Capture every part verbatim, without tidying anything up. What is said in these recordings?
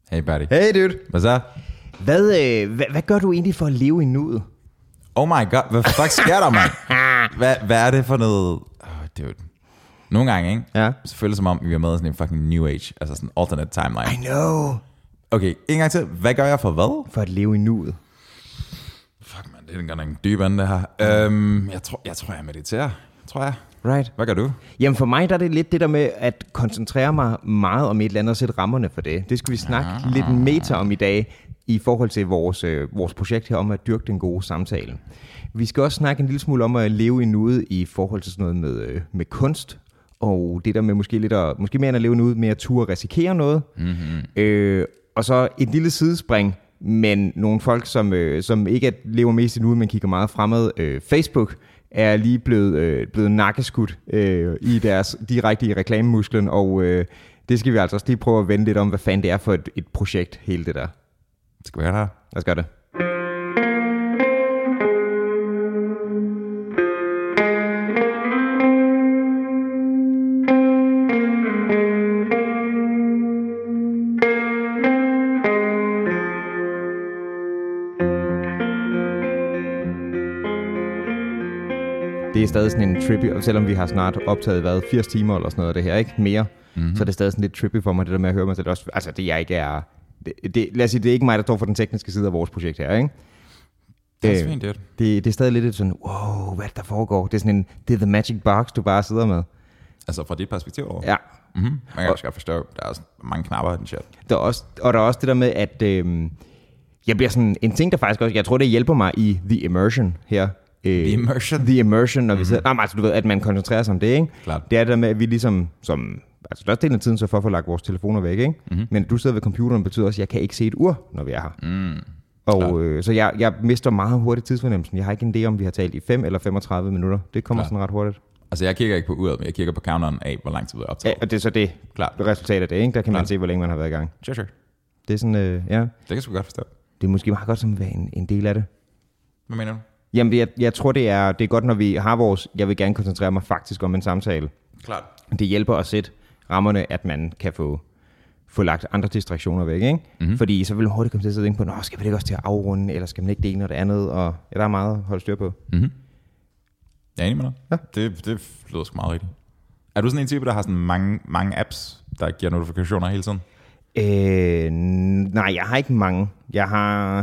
Hey buddy. Hey dude. Hvad så? Hvad, øh, hvad, hvad gør du egentlig for at leve i nuet? Oh my god, hvad fuck sker der, mand? Hvad, hvad er det for noget? Oh, dude. Nogle gange, ikke? Ja. Så føles det som om, vi er med i sådan en fucking new age. Altså sådan en alternate timeline. I know. Okay, en gang til. Hvad gør jeg for hvad? For at leve i nuet. Fuck, man, det er godt nok en dyb ende, det her. Um, jeg, tror, jeg tror, jeg mediterer. Tror jeg. Right. Hvad gør du? Jamen for mig der er det lidt det der med at koncentrere mig meget om et eller andet og sætte rammerne for det. Det skal vi snakke ah. lidt meta om i dag i forhold til vores, øh, vores projekt her om at dyrke den gode samtale. Vi skal også snakke en lille smule om at leve i nuet i forhold til sådan noget med, øh, med kunst. Og det der med måske lidt at, måske mere end at leve i nuet med at turde risikere noget. Mm-hmm. Øh, og så et lille sidespring, men nogle folk, som, øh, som ikke lever mest i nuet, men kigger meget fremad. Øh, Facebook er lige blevet, øh, blevet nakkeskudt øh, i deres direkte i reklamemusklen, og øh, det skal vi altså også lige prøve at vende lidt om, hvad fanden det er for et, et projekt, hele det der. Skal vi gøre det her? Lad os gøre det. Det er stadig sådan en trippy, og selvom vi har snart optaget hvad, firs timer eller sådan noget af det her, ikke mere, mm-hmm. så er det stadig sådan lidt trippy for mig, det der med at høre mig selv også. Altså det jeg ikke er, det, det, lad os sige, det er ikke mig, der står for den tekniske side af vores projekt her, ikke? Det er fint, det. det. Det er stadig lidt sådan, wow, hvad der foregår? Det er sådan en, det er the magic box, du bare sidder med. Altså fra dit perspektiv over? Ja. Mm-hmm. Man kan også godt forstå, der er også mange knapper i den shit. Der er også, og der er også det der med, at øh, jeg bliver sådan, en ting der faktisk også, jeg tror det hjælper mig i the immersion her. The immersion? The immersion, når mm-hmm. vi sidder... Nej, men altså, du ved, at man koncentrerer sig om det, ikke? Klart. Det er det der med, at vi ligesom, som... Altså, størstedelen af tiden, så for at få lagt vores telefoner væk, ikke? Mm-hmm. Men du sidder ved computeren, betyder også, at jeg kan ikke se et ur, når vi er her. Mm. Og øh, så jeg, jeg mister meget hurtigt tidsfornemmelsen. Jeg har ikke en idé om, vi har talt i fem eller femogtredive minutter. Det kommer Klart. Sådan ret hurtigt. Altså, jeg kigger ikke på uret, men jeg kigger på counteren af, hvor lang tid vi er optaget. Ja, og det er så det. Klart. Resultatet af det, ikke? Der kan Klart. man se, hvor længe man har været i gang. Sure, sure. Det er sådan, øh, ja. Det kan jeg sgu godt forstå. Det er måske meget godt som at være en, en del af det. Hvad mener du? Jamen, jeg, jeg tror, det er, det er godt, når vi har vores... Jeg vil gerne koncentrere mig faktisk om en samtale. Klart. Det hjælper at sætte rammerne, at man kan få, få lagt andre distraktioner væk, ikke? Mm-hmm. Fordi så vil man hurtigt komme til at sidde ind på, nå, skal vi ikke også til at afrunde, eller skal man ikke det ene og det andet? Og ja, der er meget at holde styr på. Mm-hmm. Jeg er enig med dig. Ja. Det, det lyder sgu meget rigtigt. Er du sådan en type, der har sådan mange, mange apps, der giver notifikationer hele tiden? Øh, nej, jeg har ikke mange. Jeg har...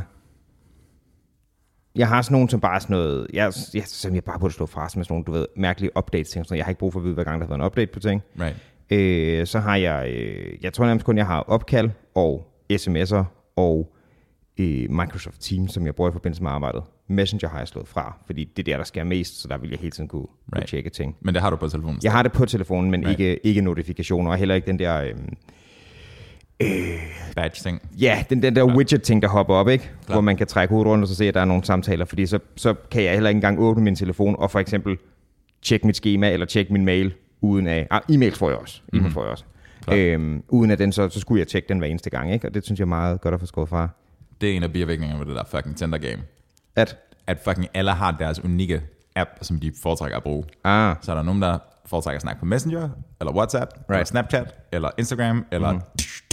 Jeg har sådan nogle, som bare sådan noget, jeg, jeg, som jeg bare burde slå fra, som er sådan nogle, du ved, mærkelige updates-ting. Jeg har ikke brug for at vide, hver gang der har været en update på ting. Right. Øh, så har jeg, øh, jeg tror nærmest kun, jeg har opkald og sms'er og øh, Microsoft Teams, som jeg bruger i forbindelse med arbejdet. Messenger har jeg slået fra, fordi det er der, der sker mest, så der vil jeg hele tiden kunne, right. kunne tjekke ting. Men det har du på telefonen? Jeg har det på telefonen, men right. ikke, ikke notifikationer, og heller ikke den der... Øh, Øh, badge-ting. Ja, den, den der ja. widget-ting, der hopper op, ikke? Klar. Hvor man kan trække hovedet rundt og så se, at der er nogle samtaler. Fordi så, så kan jeg heller ikke engang åbne min telefon og for eksempel tjekke mit schema eller tjekke min mail uden af... Ah, e-mail får jeg også. Mm-hmm. E-mail får jeg også. Øhm, uden at den, så, så skulle jeg tjekke den hver eneste gang, ikke? Og det synes jeg er meget godt at få skåret fra. Det er en af bivirkningerne med det der fucking Tinder-game. At? At fucking alle har deres unikke app, som de foretrækker at bruge. Ah. Så er der nogen, der foretrækker at snakke på Messenger, eller WhatsApp, right. eller Snapchat, eller Instagram, eller... Mm.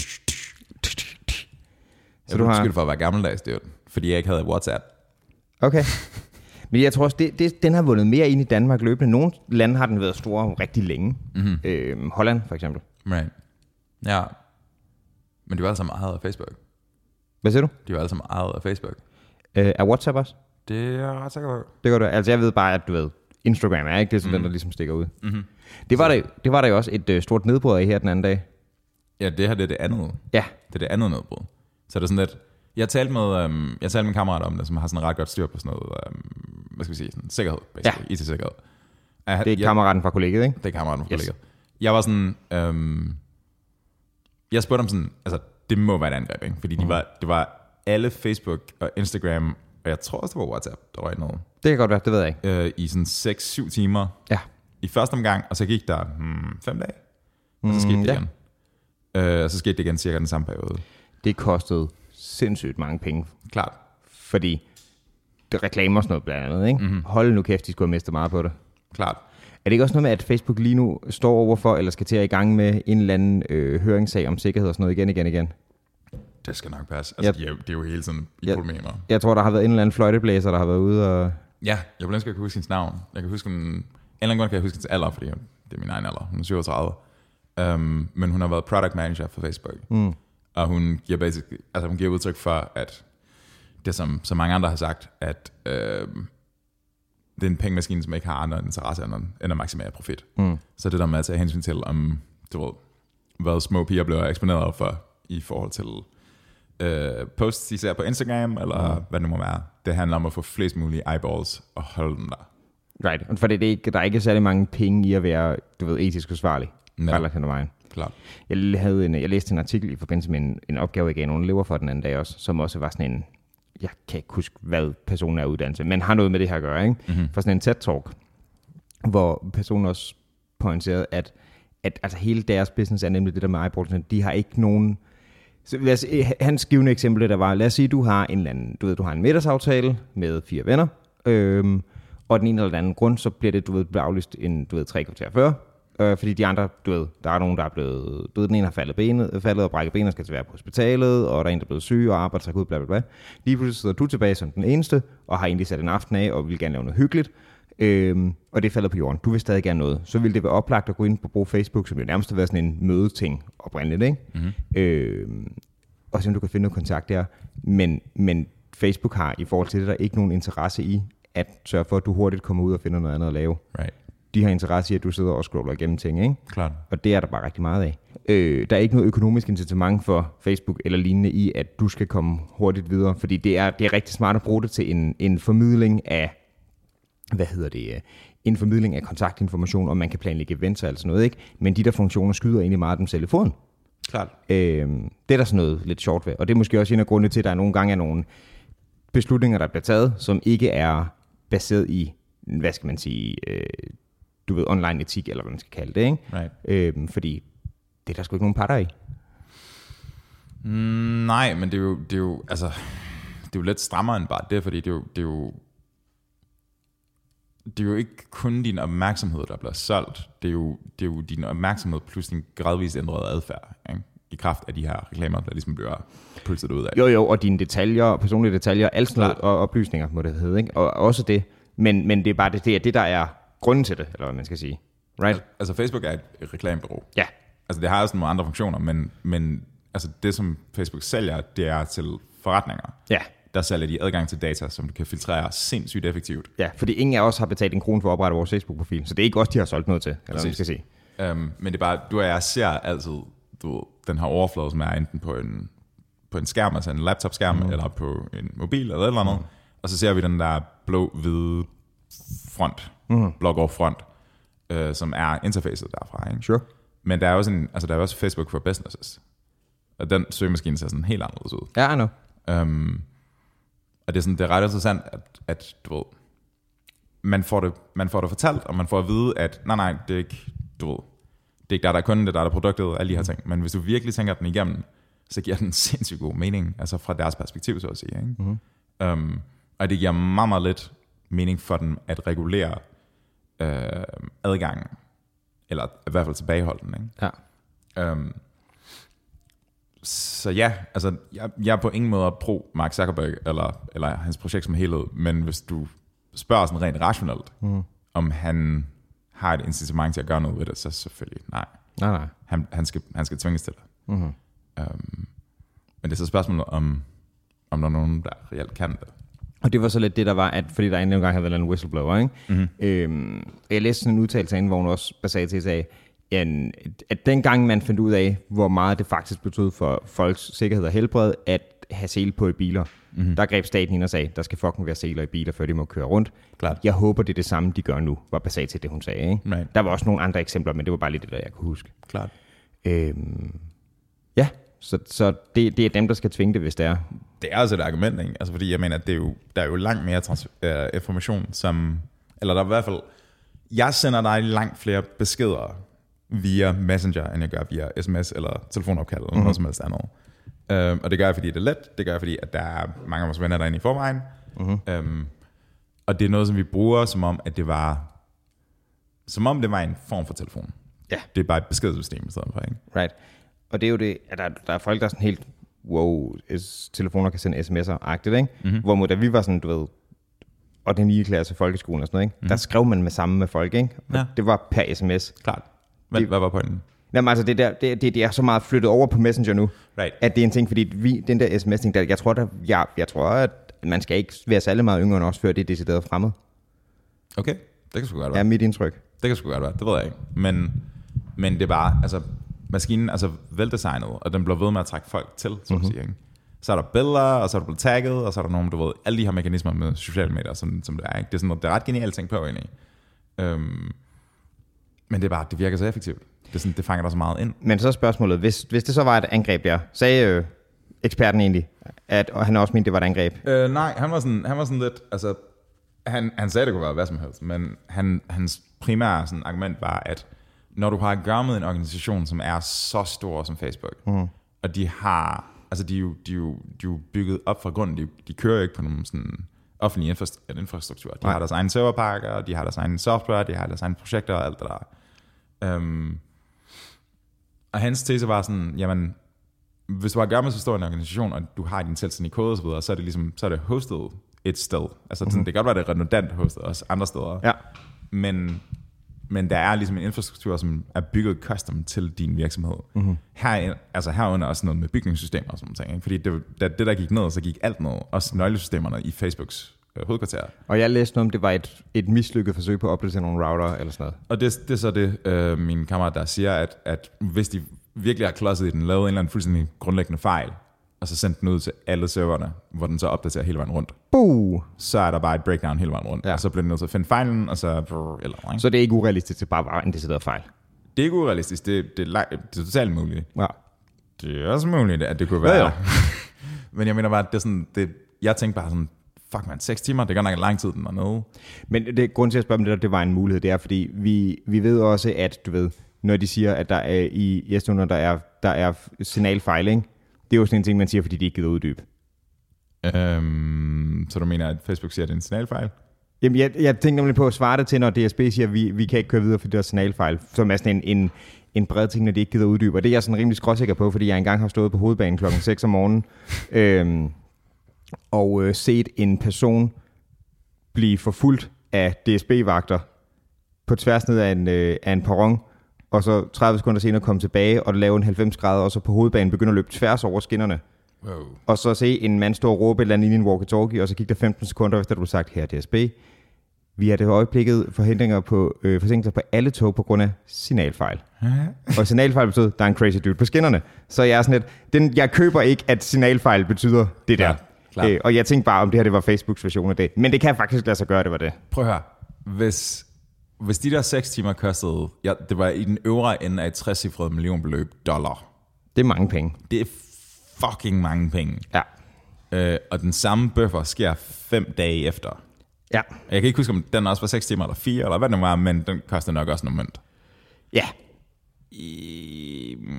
Så du har... skyld for at være gammeldags, det er jo, fordi jeg ikke havde WhatsApp. Okay. Men jeg tror også, det, det, den har vundet mere ind i Danmark løbende. Nogle lande har den været stor rigtig længe. Mm-hmm. Øhm, Holland for eksempel. Right. Ja. Men de var alle sammen ejet af Facebook. Hvad siger du? De var alle sammen ejet af Facebook. Øh, er WhatsApp også? Det er jeg ret sikker på. Det gør du. Altså jeg ved bare, at du ved, Instagram er ikke det, som mm. den, der ligesom stikker ud. Mm-hmm. Det, var der, det var der jo også et øh, stort nedbrud af her den anden dag. Ja, det her det er det andet. Ja. Det er det andet nedbrud. Så det er sådan lidt... Jeg talte med, øhm, jeg talte med en kammerat om det, som har sådan ret godt styr på sådan noget, øhm, hvad skal vi sige, sådan sikkerhed, basically, ja. I T-sikkerhed. Uh, det er jeg, kammeraten fra kollegiet, ikke? Det er kammeraten fra yes. kollegiet. Jeg var sådan, øhm, jeg spurgte om sådan, altså det må være et angreb, ikke? Fordi mm. de var, det var alle Facebook og Instagram, og jeg tror også, det var WhatsApp, der var i noget. Det kan godt være, det ved jeg ikke. Øh, I sådan seks syv timer. Ja. I første omgang, og så gik der hmm, fem dage, og så skete mm, det ja. igen. Øh, og så skete det igen cirka den samme periode. Det kostede sindssygt mange penge. Klart. Fordi det reklamer og sådan noget blandt andet, ikke? Mm-hmm. Hold nu kæft, de skulle have mistet meget på det. Klart. Er det ikke også noget med, at Facebook lige nu står overfor, eller skal til at i gang med en eller anden øh, høringssag om sikkerhed og sådan noget igen, igen, igen? Det skal nok passe. Altså, jeg, det er jo hele tiden i jeg, problemer. Jeg tror, der har været en eller anden fløjteblæser, der har været ude og... Ja, jeg vil ønske, at jeg kan huske hendes navn. Jeg kan huske, en, en eller anden grund kan jeg huske hendes alder, fordi det er min egen alder. Hun er syvogtredive. Um, men hun har været product manager for Facebook. Mm. Og hun giver, basic, altså hun giver udtryk for, at det som så mange andre har sagt, at øh, det er en pengemaskine, som ikke har andre interesser end at maksimere profit. Mm. Så det der med at tage hensyn til, om du ved, hvad små piger bliver eksponeret for i forhold til øh, posts, de ser på Instagram, eller mm. hvad det nu må være. Det handler om at få flest mulige eyeballs og holde dem der. Right, for det er ikke, der er ikke særlig mange penge i at være, du ved, etisk forsvarlig. No. Eller hen ad vejen. Klart. Jeg, havde en, jeg læste en artikel i forbindelse med en, en opgave, jeg gav nogle elever for den anden dag også, som også var sådan en, jeg kan ikke huske, hvad personen er uddannet, men har noget med det her at gøre, ikke? Mm-hmm. For sådan en TED-talk, hvor personen også pointerede, at, at altså hele deres business er nemlig det der med eyeballs, de har ikke nogen... Så lad os, hans givende eksempel, der var, lad os sige, du har en eller anden, du ved, du har en middagsaftale med fire venner, øhm, og den ene eller anden grund, så bliver det, du ved, bliver aflyst en, du ved, tre kvarter før, øh, fordi de andre, du ved, der er nogen, der er blevet, du ved, den ene har faldet, benet, faldet og brækket benet og skal til at være på hospitalet, og der er en, der er blevet syg og arbejder sig ud, bla bla bla. Lige pludselig sidder du tilbage som den eneste, og har egentlig sat en aften af, og vil gerne lave noget hyggeligt, øhm, og det er faldet på jorden. Du vil stadig gerne noget. Så vil det være oplagt at gå ind på brug Facebook, som jo nærmest har været sådan en mødeting oprindeligt, ikke? Mm-hmm. Øhm, og så du kan finde noget kontakt der. Men, men Facebook har i forhold til det, der ikke nogen interesse i at sørge for, at du hurtigt kommer ud og finder noget andet at lave. Right. De har interesse i, at du sidder og scroller igennem ting, ikke? Klart. Og det er der bare rigtig meget af. Øh, der er ikke noget økonomisk incitament for Facebook eller lignende i, at du skal komme hurtigt videre, fordi det er, det er rigtig smart at bruge det til en, en formidling af, hvad hedder det, en formidling af kontaktinformation, og man kan planlægge events og alt sådan noget, ikke? Men de der funktioner skyder egentlig meget dem selv i foden. Klart. Øh, det er der sådan noget lidt sjovt ved, og det er måske også en af grundene til, at der er nogle gange er nogle beslutninger, der bliver taget, som ikke er baseret i, hvad skal man sige, øh, du ved, online etik, eller hvad man skal kalde det, ikke? Right. Øh, fordi det er der sgu ikke nogen parter i. Mm, nej, men det er jo, det er jo, altså, det er jo lidt strammere end bare det, fordi det er jo, det er jo, det er jo ikke kun din opmærksomhed, der bliver solgt. Det er jo, det er jo din opmærksomhed plus din gradvist ændrede adfærd, ikke? I kraft af de her reklamer, der ligesom bliver pulset ud af. Jo, jo, og dine detaljer, personlige detaljer, alt sådan noget, og oplysninger, må det hedde, ikke? Og også det. Men, men det er bare det, det er det, der er grunden til det, eller hvad man skal sige. Right? Altså, altså Facebook er et reklamebureau. Ja. Altså det har også nogle andre funktioner, men, men altså det, som Facebook sælger, det er til forretninger. Ja. Der sælger de adgang til data, som du kan filtrere sindssygt effektivt. Ja, fordi ingen af os har betalt en krone for at oprette vores Facebook-profil, så det er ikke os, de har solgt noget til, eller hvad man skal sige. Um, men det er bare, du og jeg ser altid du, den her overflade, som er enten på en, på en skærm, altså en laptop-skærm, mm. eller på en mobil, eller et eller andet, mm. og så ser vi den der blå-hvide front, mm. blog-over-front, øh, som er interfacet derfra. Ikke? Sure. Men der er også en, altså der er også Facebook for Businesses, og den søgemaskine ser sådan helt anderledes ud. Ja, I know. Um, og det er sådan, det er ret interessant, at, at du ved, man får det, man får det fortalt, og man får at vide, at nej, nej, det er ikke, du ved, det er ikke der, der er kunden, det er der, der er produktet, og alle de her ting. Men hvis du virkelig tænker den igennem, så giver den sindssygt god mening, altså fra deres perspektiv, så at sige. Ikke? Mm-hmm. Um, og det giver meget, meget lidt mening for dem at regulere øh, adgangen, eller i hvert fald tilbageholde den. Ikke? Ja. Um, så ja, altså jeg, jeg er på ingen måde pro Mark Zuckerberg, eller, eller hans projekt som helhed, men hvis du spørger sådan rent rationelt, mm. om han har et incitament til at gøre noget ved det, så selvfølgelig nej. Nej, nej. Han, han, skal, han skal tvinges til det. Mm-hmm. Um, men det er så spørgsmålet om, om der er nogen, der reelt kan det. Og det var så lidt det, der var, at fordi der endnu en gang havde været en whistleblower, ikke? Mm-hmm. Øhm, jeg læste sådan en udtalelse inde, hvor hun også basalt til sagde, at, at dengang man fandt ud af, hvor meget det faktisk betød for folks sikkerhed og helbred, at have sele på i biler, mm-hmm. der greb staten ind og sagde, der skal fucking være seler i biler, før de må køre rundt. Klart. Jeg håber, det er det samme, de gør nu, var basalt til det, hun sagde. Ikke? Right. Der var også nogle andre eksempler, men det var bare lidt det, der jeg kunne huske. Klart. Øhm, ja, så, så det, det er dem, der skal tvinge det, hvis det er. Det er altså et argument, ikke? Altså, fordi jeg mener, at det er jo, der er jo langt mere trans- uh, information, som, eller der er i hvert fald, jeg sender dig langt flere beskeder via Messenger, end jeg gør via sms eller telefonopkald, eller mm-hmm. noget som helst andet. Um, og det gør jeg, fordi det er let. Det gør jeg, fordi at der er mange af vores venner derinde i forvejen. Mm-hmm. Um, og det er noget, som vi bruger, som om, at det var, som om det var en form for telefon. Ja. Det er bare et beskedssystem i stedet for, ikke? Right. Og det er jo det, at der, der er folk, der er sådan helt wow, telefoner kan sende sms'er-agtigt, ikke? Mm-hmm. Hvorimod da vi var sådan, du ved, og den nye klasse folkeskolen og sådan noget, ikke? Mm-hmm. Der skrev man med sammen med folk, ikke? Ja. Det var per sms. Klart. Men det, hvad var pointen? Jamen altså, det, der, det, det, det er så meget flyttet over på Messenger nu, right. at det er en ting, fordi vi, den der sms-ting, der, jeg tror, der, jeg, jeg tror, at man skal ikke være særlig meget yngre end os, før det er decideret fremmed. Okay, det kan sgu godt være. Ja, mit indtryk. Det kan sgu godt være, det ved jeg ikke. Men, men det er bare, altså, maskinen er altså veldesignet, og den bliver ved med at trække folk til, så mm-hmm. at sige, ikke? Så er der billeder, og så er der blevet tagget, og så er der nogen, du ved, alle de her mekanismer med sociale medier, som, som det er, ikke? Det er sådan, det er ret genialt ting på egentlig. Øhm, men det er bare, det virker så effektivt. Det, er sådan, det fanger der så meget ind. Men så er spørgsmålet, hvis, hvis det så var et angreb der, sagde øh, eksperten egentlig, at og han også mente, det var et angreb? Øh, nej, han var, sådan, han var sådan lidt, altså, han, han sagde, det kunne være hvad som helst, men han, hans primære sådan, argument var, at når du har at gøre med en organisation, som er så stor som Facebook, mm. og de har, altså de er jo, de er jo, de er jo bygget op fra grunden, de, de kører jo ikke på nogen sådan offentlig infra- infrastruktur. De nej. har deres egne serverparker, de har deres egne software, de har deres egne projekter og alt det der. Um, og hans tese var sådan, jamen, hvis du har at gøre med så stor en organisation, og du har din selvstændige kode og så videre, så er det ligesom, så er det hosted et sted. Altså mm-hmm. sådan, det kan godt være, det er redundant hostet også andre steder. Ja. Men, men der er ligesom en infrastruktur, som er bygget custom til din virksomhed. Mm-hmm. Her, altså herunder også noget med bygningssystemer og sådan noget. Ikke? Fordi det, det, det, der gik ned, så gik alt ned. Også nøglesystemerne i Facebooks øh, hovedkvarter. Og jeg læste noget om, det var et, et mislykket forsøg på at opdatere nogle router eller sådan noget. Og det, det er så det, øh, min kammerat der siger, at, at hvis de virkelig har klodset i den, lavet en eller anden fuldstændig grundlæggende fejl, og så sendt den ud til alle serverne, hvor den så opdaterer hele vejen rundt. Buh! Så er der bare et breakdown hele vejen rundt, ja. Og så bliver den nødt til at finde fejlen, og så... Eller, så det er ikke urealistisk, det bare var en decideret fejl? Det er ikke urealistisk, det, det, er, det er totalt muligt. Ja. Det er også muligt, at det kunne være. Ja, ja. Men jeg mener bare, at det er sådan... Det, jeg tænkte bare sådan, fuck man, seks timer, det går nok en lang tid, den var nede. Men det, grunden til at spørge om det der, det var en mulighed, det er, fordi vi, vi ved også, at du ved, når de siger, at der er i Estonia, der er, der er signalfejl, ikke? Det er jo sådan en ting, man siger, fordi de ikke gider uddybe. Øhm, så du mener, at Facebook siger, at det er en signalfejl? Jamen, jeg, jeg tænker nemlig på at svare det til, når D S B siger, at vi, vi kan ikke køre videre, fordi det er signalfejl, som er sådan en, en, en bred ting, når de ikke gider uddybe. Og det er jeg sådan rimelig skråsikker på, fordi jeg engang har stået på hovedbanen klokken seks om morgenen, øhm, og øh, set en person blive forfulgt af D S B-vagter på tværs ned af en, øh, af en perron, og så tredive sekunder senere komme tilbage og lave en halvfems grader, og så på hovedbanen begynder at løbe tværs over skinnerne. Wow. Og så se en mand stå og råbe et eller andet ind i en walkie-talkie, og så gik der femten sekunder efter, at du sagt, her D S B, vi har det øjeblikket forhindringer på, øh, forsinkelser på alle tog på grund af signalfejl. Og signalfejl betyder, der er en crazy dude på skinnerne. Så jeg er sådan lidt, den, jeg køber ikke, at signalfejl betyder det der. Klar. Øh, og jeg tænkte bare, om det her det var Facebooks version af det. Men det kan faktisk lade sig gøre, det var det. Prøv at høre. Hvis... Hvis de der seks timer kostede, ja, det var i den øvre ende af et trecifret millionbeløb dollar. Det er mange penge. Det er fucking mange penge. Ja. Øh, og den samme buffer sker fem dage efter. Ja. Jeg kan ikke huske, om den også var seks timer eller fire, eller hvad det var, men den kostede nok også noget mønt. Ja. I, mm,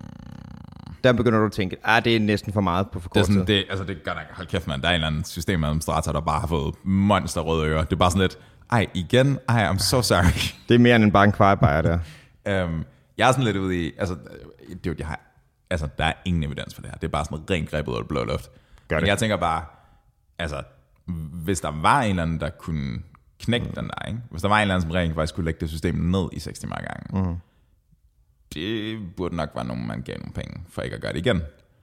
der begynder du at tænke, ah, det er næsten for meget på for kort tid. Det, altså det gør nok, hold kæft man, der er en eller anden systemadministrator, der bare har fået monsterrøde ører. Det er bare sådan lidt, ej, igen, ej, I'm so sorry. Det er mere end bare en kvartbejer der. um, jeg er sådan lidt ude i, altså, det, jeg har, altså, der er ingen evidens for det her. Det er bare sådan rent grebet ud af blå luft. Gør Men det. Jeg tænker bare, altså, hvis der var en eller anden, der kunne knække mm. den der, ikke? Hvis der var en eller anden, som rent faktisk kunne lægge det system ned i seks timer gange, mm. det burde nok være nogen, man gav nogle penge, for ikke at gøre det igen.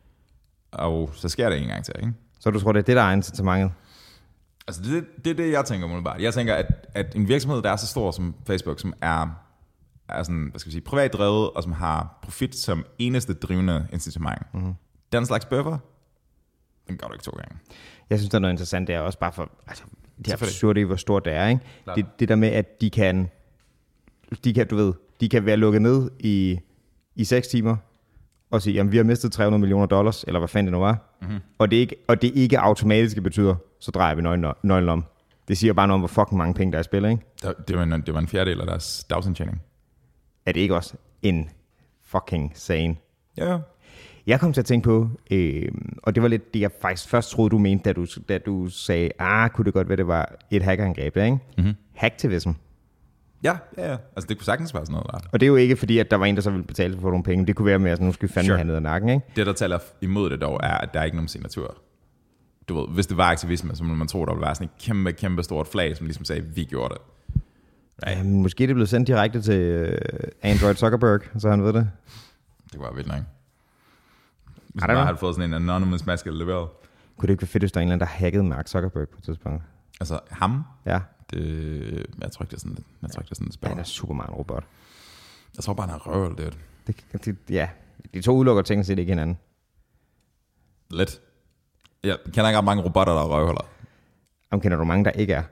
Og så sker det en gang til, ikke? Så du tror, det er det, der er incitamentet? Altså det, det er det, jeg tænker umiddelbart. Jeg tænker, at, at en virksomhed, der er så stor som Facebook, som er, er sådan, hvad skal vi sige, privat drevet, og som har profit som eneste drivende incitament, mm-hmm. den slags buffer, den gør du ikke to gange. Jeg synes, der er noget interessant, det er også bare for, altså, det er absurd i, hvor stort det er, ikke? Det, det der med, at de kan, de kan, du ved, de kan være lukket ned i, i seks timer, og sige, jamen vi har mistet tre hundrede millioner dollars, eller hvad fanden det nu var, mm-hmm. og, det ikke, og det ikke automatisk betyder, så drejer vi nøglen, nøglen om. Det siger bare noget om, hvor fucking mange penge der er i spil, ikke? Det var en, det var en fjerdedel af deres dagsindtjening. Er det ikke også en fucking sane? Ja, ja. Jeg kom til at tænke på, øh, og det var lidt det, jeg faktisk først troede, du mente, da du, da du sagde, ah, kunne det godt være, det var et hackerangreb, ikke? Mm-hmm. Hacktivism. Ja, ja, ja. Altså det kunne sagtens være sådan noget der. Og det er jo ikke fordi, at der var en, der så ville betale for nogle penge. Det kunne være med, at nu skal vi fandme sure. have ned ad nakken, ikke? Det, der taler imod det dog, er, at der er ikke nogen signatur. Du ved, hvis det var aktivisme, så må man tro, der ville være sådan et kæmpe, kæmpe stort flag, som ligesom sagde, vi gjorde det. Right. Jamen, måske det blev sendt direkte til uh, Android Zuckerberg, så han ved det. Det var vildt nok. Hvis man bare havde fået sådan en anonymous maske leveret. Kunne det ikke være fedt, hvis der er en eller anden, der hackede Mark Zuckerberg på et tidspunkt? Altså ham? Ja. Det, jeg tror ikke, det er sådan, jeg tror ikke, det er sådan, det spiller. Han er super meget en robot. Jeg tror bare, han er røvel, det, det, det Ja, de to udelukker ting set ikke hinanden. Lidt. Jeg kender ikke ret mange robotter, der er røvhuller. Om kender du mange, der ikke er?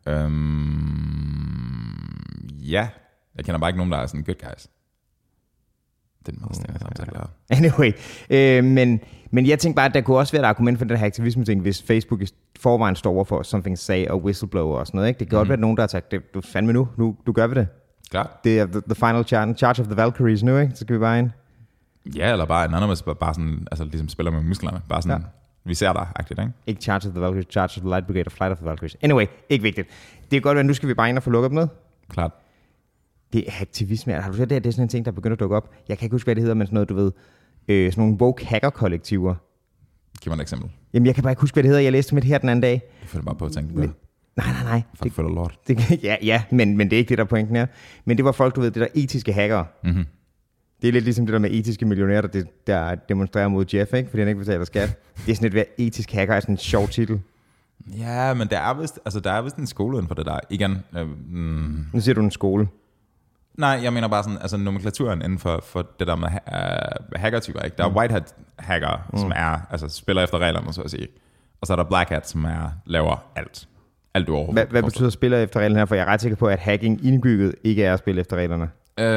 Øhm, ja. Jeg kender bare ikke nogen, der er sådan good guys. Det er en meget stændig samtale, ja. Anyway, øh, men, men jeg tænkte bare, at der kunne også være et argument for den her aktivisme-ting, hvis Facebook i forvejen står over for something say og whistleblower og sådan noget. Ikke? Det kan mm. godt være, at nogen, der har sagt, det, du fandme nu, nu, du gør vi det. Klart. Det er the, the final charge, charge of the Valkyries nu, ikke? Så skal vi bare ind. Ja, eller bare en anden, bare sådan, altså ligesom spiller med musklerne. Bare sådan, ja. Vi ser dig-agtigt, ikke? Ikke charge of the Valkyries, charge of the Light Brigade og flight of the Valkyries. Anyway, ikke vigtigt. Det kan godt være, at nu skal vi bare ind og få lukket dem ned. Klart. Det er aktivisme. Har du set det? Det er sådan en ting, der begynder at dukke op. Jeg kan ikke huske, hvad det hedder, men sådan noget, du ved, øh, sådan nogle woke hacker-kollektiver. Giv mig et eksempel. Jamen, jeg kan bare ikke huske, hvad det hedder. Jeg læste med det her den anden dag. Jeg føler bare på at tænke på det. Nej, nej, nej. Fuck, føler lort. Det, ja, ja men, men det er ikke det, der er pointen er. Men det var folk, du ved, det der etiske hackere. Mm-hmm. Det er lidt ligesom det der med etiske millionærer, der, der demonstrerer mod Jeff, ikke? Fordi han ikke betaler skat. Det er sådan et hver etisk hacker, er sådan en sjov titel. Ja, men der er vist, altså, der er vist en skole inden for det der. Igen. Øh, mm. Nu siger du en skole. Nej, jeg mener bare sådan, altså nomenklaturen inden for, for det der med uh, hackertyper, ikke? Der er mm. white hat hacker, mm. som er, altså spiller efter reglerne, så at sige. Og så er der black hat, som er, laver alt. Alt du overhovedet. Hvad, hvad betyder spiller efter reglerne her? For jeg er ret sikker på, at hacking indbygget ikke er at spille efter reglerne.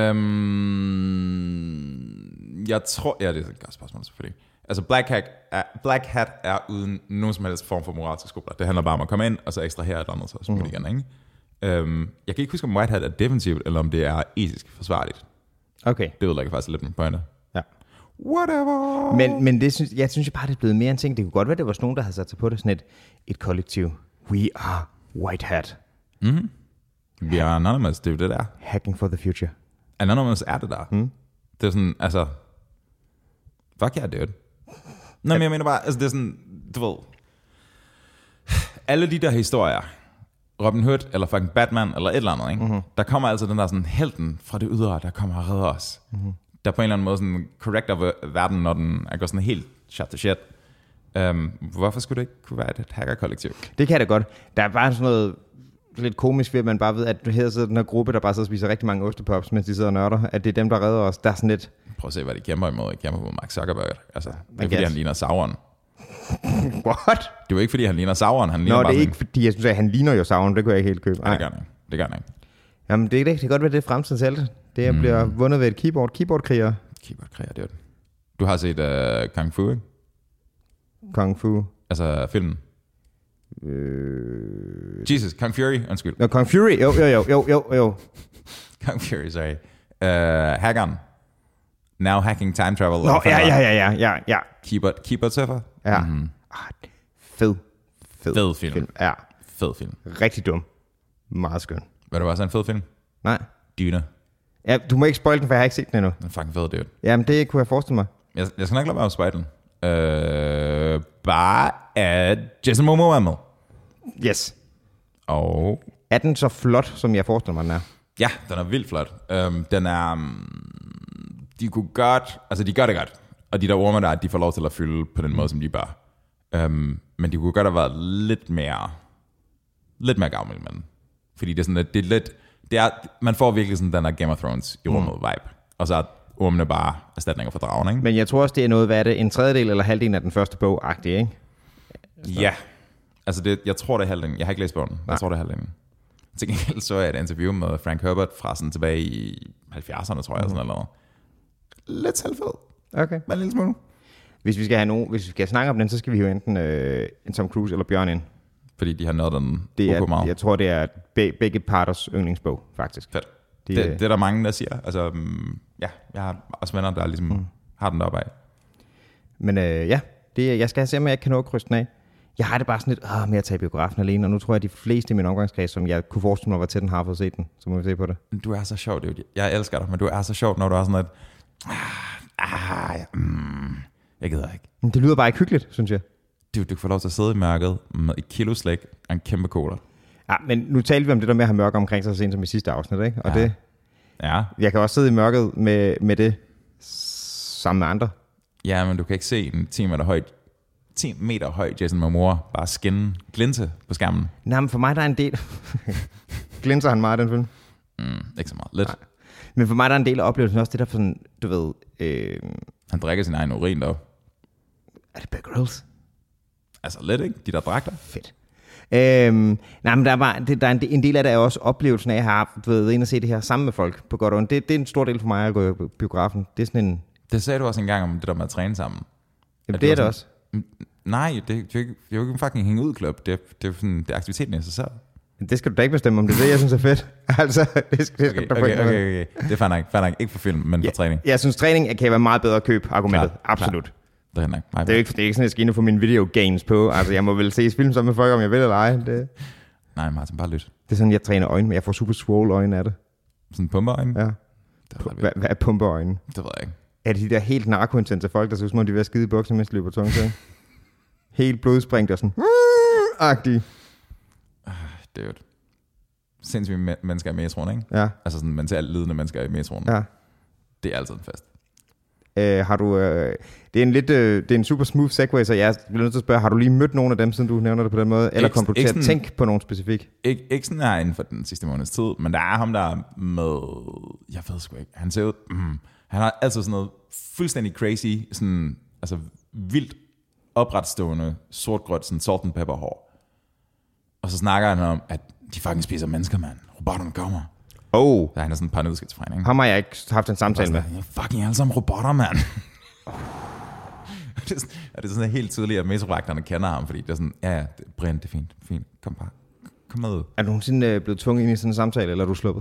Øhm, jeg tror, ja, det er et godt spørgsmål selvfølgelig. Altså black hat, er, black hat er uden nogen som helst form for moralske skoler. Det handler bare om at komme ind, og så ekstrahere et andet, så smut mm. igen, ikke? Um, jeg kan ikke huske, om white hat er defensivt, eller om det er etisk forsvarligt. Okay. Det ved jeg faktisk lidt med pointer. Ja. Whatever. Men, men det synes, jeg synes jeg bare, det er blevet mere en ting. Det kunne godt være, det var sådan nogen, der havde sat sig på det. Sådan et, et kollektiv. We are white hat. Mm-hmm. Vi er anonymous, det er jo det der. Hacking for the future. Anonymous er det der. Mm. Det er sådan, altså... Fuck yeah, dude. Nå, men jeg mener bare, altså det er sådan, du ved... Alle de der historier... Robin Hood, eller fucking Batman, eller et eller andet, ikke? Mm-hmm. Der kommer altså den der sådan helten fra det ydre, der kommer og redder os. Mm-hmm. Der på en eller anden måde sådan correcter verden, når den er gået sådan helt shut to shit. Um, hvorfor skulle det ikke kunne være et hacker-kollektiv? Det kan det godt. Der er bare sådan noget lidt komisk ved, at man bare ved, at her sidder den her gruppe, der bare sidder og spiser rigtig mange ostepops, mens de sidder og nørder, at det er dem, der redder os. Der er sådan lidt... Prøv at se, hvad de kæmper imod. De kæmper mod Mark Zuckerberg. Altså, det er fordi, han ligner Sauron. What? Det er jo ikke, fordi han ligner Sauron. Han ligner Nå, bare det er sådan... ikke, fordi jeg synes, at han ligner jo Sauron. Det kunne jeg ikke helt købe. Nej, det gør han ikke. Det gør han ikke. Jamen, det er det. Det kan godt være, det er fremtidens helte. Det mm. bliver vundet ved et keyboard. Keyboard-kriger. Keyboard-kriger, det er det. Du har set uh, Kung Fu, ikke? Kung Fu? Altså filmen. Øh... Jesus, Kung Fury, undskyld. Nå, Kung Fury, jo, jo, jo, jo, jo, jo. Kung Fury, sorry. Uh, hackeren. Now hacking time travel. Nå, ja, ja, ja, ja, ja, ja. Keyboard, keyboard surfer. Ja. Mm-hmm. Ah, fed, fed, fed film. film. Ja. Fed film. Rigtig dum. Meget skøn. Hvad det var så en fed film? Nej. Dune. Ja, du må ikke spoil den, for jeg har ikke set den endnu. Den er fucking fed, dude. Jamen, det kunne jeg forestille mig. Jeg, jeg skal nok lade være at spoil den. Uh, bare at Jason Momoa er med. Yes. Og... Er den så flot, som jeg forestiller mig, den er? Ja, den er vildt flot. Um, den er... Um, de kunne godt... Altså, de gør det godt. Og de der ormer der, de får lov til at fylde på den måde, som de bør. Um, men de kunne godt have været lidt mere... Lidt mere gavmild med den. Fordi det er sådan, at det er lidt... Det er, man får virkelig sådan den der Game of Thrones i rummet mm. vibe. Og så er ormene bare erstatninger for dragen, ikke? Men jeg tror også, det er noget, hvad er det? En tredjedel eller halvdelen af den første bog-agtig, ikke? Så. Ja. Altså, det, jeg tror, det er halvdelen. Jeg har ikke læst bogen. Jeg tror, det er halvdelen. Til gengæld så jeg et interview med Frank Herbert fra sådan tilbage i halvfjerdserne, tror jeg, mm. sådan noget. Lidt selvfed. Okay. Men en lille smule. Hvis vi skal have nogen, hvis vi skal snakke om den, så skal vi jo enten øh, en Tom Cruise eller Bjørn ind. Fordi de har nået den det er, meget. Jeg tror, det er be, begge parters yndlingsbog, faktisk. Fedt. De, det, det er der mange, der siger. Altså, um, ja, jeg har også venner, der ligesom mm. har den deroppe af. Men øh, ja, det, jeg skal se, om jeg ikke kan nå at krydse den af. Jeg har det bare sådan lidt, åh, med at tage i biografen alene, og nu tror jeg, at de fleste i min omgangskreds, som jeg kunne forestille mig, var til den, har fået set den. Så må vi se på det. Du er så sjov, det er jo, jeg elsker dig, men du er så sjov, når du er sådan lidt, ah, ah, mm, jeg gider ikke. Men det lyder bare ikke hyggeligt, synes jeg. Du, du får lov til at sidde i mørket med et kilo slik og en kæmpe cola. Ja, men nu talte vi om det der med at have mørke omkring sig, så sent som i sidste afsnit, ikke? Og ja. det, ja. Jeg kan også sidde i mørket med, med det sammen med andre. Ja, men du kan ikke se en ti meter høj, ti meter høj Jason Momoa bare skinne, glinte på skærmen. Nej, men for mig der er en del... Glinser han meget, den film? Mm, ikke så meget. Lidt. Nej. Men for mig der er en del af oplevelsen også det der for sådan, du ved... Øh... Han drikker sin egen urin dog. Er det Bear Grylls? Altså lidt, ikke? De der dragter. Fedt. Øhm, nej, men der er, bare, det, der er en, en del af det er også oplevelsen af at have været inde og se det her sammen med folk på godt og ondt. Det, det er en stor del for mig at gå i biografen. Det er sådan en... Det sagde du også engang om det der med at træne sammen. Jamen, det er det sådan, også. Nej, det, det, er jo ikke, det er jo ikke en fucking hænge ud klub. Det er, det er, sådan, det er aktiviteten i sig selv. Det skal du da ikke bestemme om. Det er det, jeg synes er fedt. altså, det skal, det skal okay, okay, okay, okay. Det er fair nok, fair nok. Ikke for film, men ja, for træning. Jeg synes, træning kan være meget bedre at købe argumentet. Klar, Absolut. Klar. Det er, nok, det er jo ikke, det er ikke sådan, at jeg skal ind og få mine videogames på. Altså, jeg må vel se film sammen med folk, om jeg vil eller ej. Det... Nej, Martin, bare lyt. Det er sådan, jeg træner øjne, men jeg får super swole øjne af det. Sådan pumpeøjne? Ja. Hvad, hvad er pumpeøjne? Det ved jeg ikke. Er det de der helt narkointense folk, der så små, de vil skide i bukser, mens de løber tungt til? Helt blodspringt og sådan... agtige. Det er jo et sindssygt mennesker i metroen, ikke? Ja. Altså sådan mentalt lidende mennesker i metroen. Ja. Det er altid en fest. Uh, har du, uh, det er en lidt, uh, det er en super smooth segue, så jeg bliver nødt til at spørge, har du lige mødt nogle af dem, siden du nævner det på den måde, eller kom du til at tænke på nogen specifik? Ikke, ikke sådan her inden for den sidste måneds tid, men der er ham der med, jeg ved sgu ikke, han ser ud, mm, han har altid sådan noget fuldstændig crazy, sådan, altså vildt opretstående, sort-grønt, sådan salt and pepper hår. Og så snakker han om, at de fucking spiser mennesker, mand. Robotterne kommer. Oh. Der er han er sådan en par nødskitsfræn, ikke? Ham har jeg ikke haft en samtale med. Jeg fucking alle sammen robotter, mand. det, er sådan, det er sådan helt tydeligt, at metroragterne kender ham, fordi det er sådan, ja, ja, det, Brian, det er fint, fint, kom bare, kom med ud. Er du nogensinde øh, blevet tvunget ind i sådan en samtale, eller er du sluppet?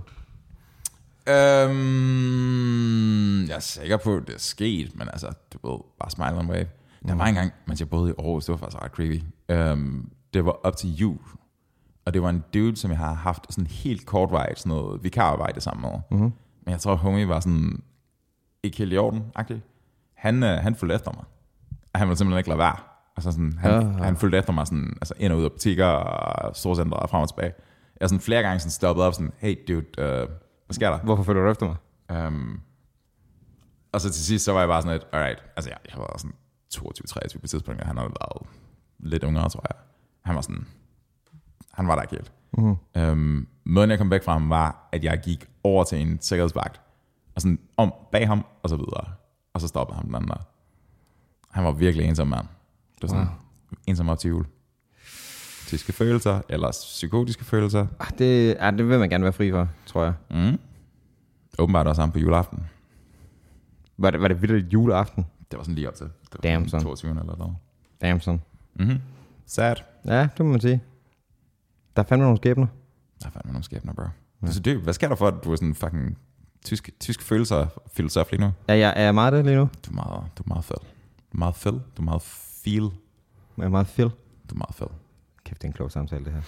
Øhm, jeg er sikker på, at det er sket, men altså, du ved, bare smile and wave. Der var engang, mens jeg boede i Aarhus, det var faktisk ret creepy. Øhm, det var op til jul, og det var en dude, som jeg har haft sådan helt kortvarigt sådan noget vikararbejde sammen med. Mm-hmm. Men jeg tror, homie var sådan ikke helt i orden-agtig. Han, øh, han fulgte efter mig. Og han ville simpelthen ikke lade være. Altså sådan, han, ja, ja. han fulgte efter mig sådan, altså ind og ud af butikker og storcentre og frem og tilbage. Jeg har sådan flere gange sådan stoppet op sådan, hey dude, øh, hvad sker der? Hvorfor følger du efter mig? Um, og så til sidst, så var jeg bare sådan lidt, alright, altså jeg, jeg var sådan toogtyve treogtyve på tidspunkt, og han havde været lidt yngre, tror jeg. Han var sådan, han var der ikke helt. Mm-hmm. Um, måden jeg kom væk fra ham var, at jeg gik over til en sikkerhedsvagt, og sådan om bag ham, og så videre. Og så stoppede ham den anden der. Han var virkelig ensom mand. Det var sådan, wow. Ensom op til jul. Tyske følelser, eller psykotiske følelser. Det, ja, det vil man gerne være fri for, tror jeg. Mm. Åbenbart også sammen på juleaften. Var det, var det vildt juleaften? Det var sådan lige op til. Det var Damn, son. toogtyvende eller noget. Damn, son. Mhm. Sad. Ja, det må man sige. Der er fandme nogle skæbner. Der er fandme nogle skæbner, bro. Ja. Altså, det, hvad sker der for, at du er sådan fucking tysk, tysk følelser filosof lige nu? Ja, jeg er meget det lige nu. Du er meget, du er meget fed. Du er meget fed. Du er meget feel. Jeg er meget feel. Du er meget fed. Kæft, det er en klog samtale, det her.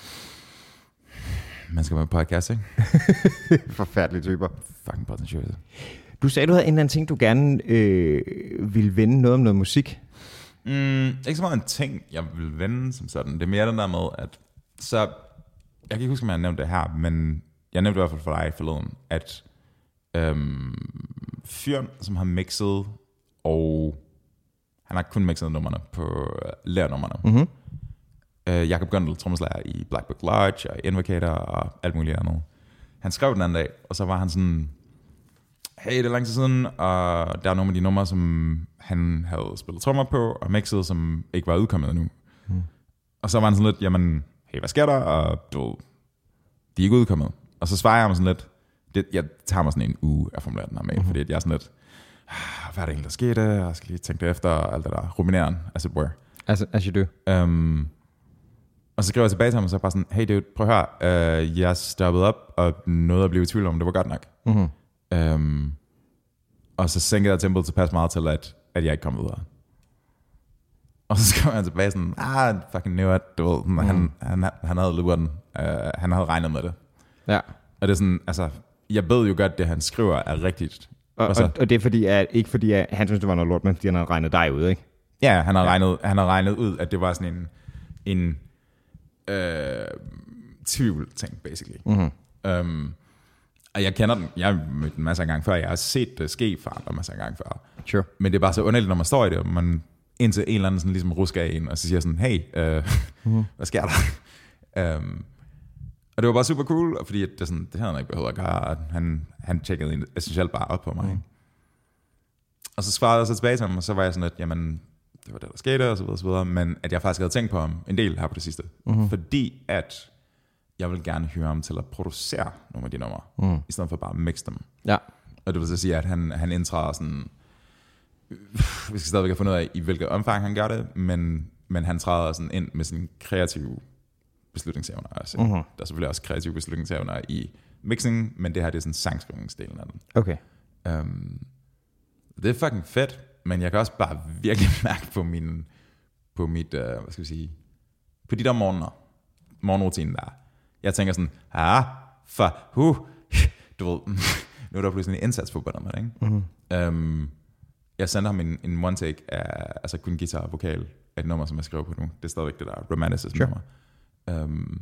Man skal være på podcast, ikke? Forfærdelige typer. Fucking potentiøse. Du sagde, du havde en eller anden ting, du gerne øh, ville vende noget om noget musik. Mm, ikke så meget en ting, jeg vil vende som sådan. Det er mere den der med, at så, jeg kan ikke huske, om jeg har nævnt det her, men jeg nævnte i hvert fald for dig forleden, at øhm, fyren, som har mixet, og han har kun mixet nummerne på lærnummerne. Mm-hmm. Øh, Jacob Gundel, trommeslager i Black Book Lodge og Invocator og alt muligt andet. Han skrev den anden dag, og så var han sådan, hey, det er lang tid siden, og der er nogle af de numre, som han havde spillet trommer på, og mixet, som ikke var udkommet endnu. Mm. Og så var han sådan lidt, jamen, hey, hvad sker der? Og du, de er ikke udkommet. Og så svarer jeg ham sådan lidt, det, jeg tager mig sådan en uge at formulere den her mail, mm. fordi jeg er sådan lidt, hvad er det egentlig, der skete? Jeg skal lige tænke det efter, og alt det der, rumineren, as it were. As, as you do. Um, og så skrev jeg tilbage til ham, og så bare sådan, hey dude, prøv at høre, uh, jeg stoppede op, og nåede at blive i tvivl om, det var godt nok. Mm-hmm. Um, og så sænkede jeg tempoet tilpas meget til, at, at jeg ikke kom videre. Og så kommer han tilbage sådan, ah, fucking knew it, du ved. Mm. Han, han, han havde luret den. Uh, han havde regnet med det. Ja. Og det er sådan, altså, jeg ved jo godt, det han skriver er rigtigt. Og, og, og det er fordi, at, ikke fordi, at han synes, det var noget lort, men fordi han havde regnet dig ud, ikke? Ja, han har, ja. regnet, han har regnet ud, at det var sådan en, en øh, tvivl-ting, basically. Mm-hmm. Um, og jeg kender den, jeg har mødt den masser af gange før, jeg har set det ske for andre masser af gange før. Sure. Men det er bare så underligt, når man står i det, og man indtil en eller anden sådan ligesom rusker af en, og så siger sådan, hey, øh, mm-hmm. hvad sker der? um, og det var bare super cool, fordi det, sådan, det havde han ikke behøvet at gøre, og han, han tjekkede essentielt bare op på mig. Mm. Og så svarede jeg så tilbage til ham, og så var jeg sådan, at jamen, det var det, der skete, og så videre, og så videre, men at jeg faktisk havde tænkt på ham en del her på det sidste. Mm-hmm. Fordi at jeg vil gerne høre ham til at producere nogle af de numre, mm. i stedet for bare at mixe dem. Ja. Og det vil så sige, at han, han indtræder sådan, vi skal stadigvæk have fundet ud af, i hvilket omfang han gør det, men, men han træder sådan ind med sine kreative beslutningsevner. Altså, mm-hmm. Der er selvfølgelig også kreative beslutningsevner i mixing, men det her det er sådan sangskrivningsdelen af den. Okay. Um, det er fucking fedt, men jeg kan også bare virkelig mærke på min, på mit, uh, hvad skal vi sige, på de der morgener, morgenrutinen der. Jeg tænker sådan, ah, for, huh, du ved, nu er der pludselig en indsats forbundet med det, ikke? Mm-hmm. Um, jeg sendte ham en, en one take af, altså kun guitar og vokal af et nummer, som jeg skriver på nu. Det er stadigvæk det der romanticism sure. nummer. Um,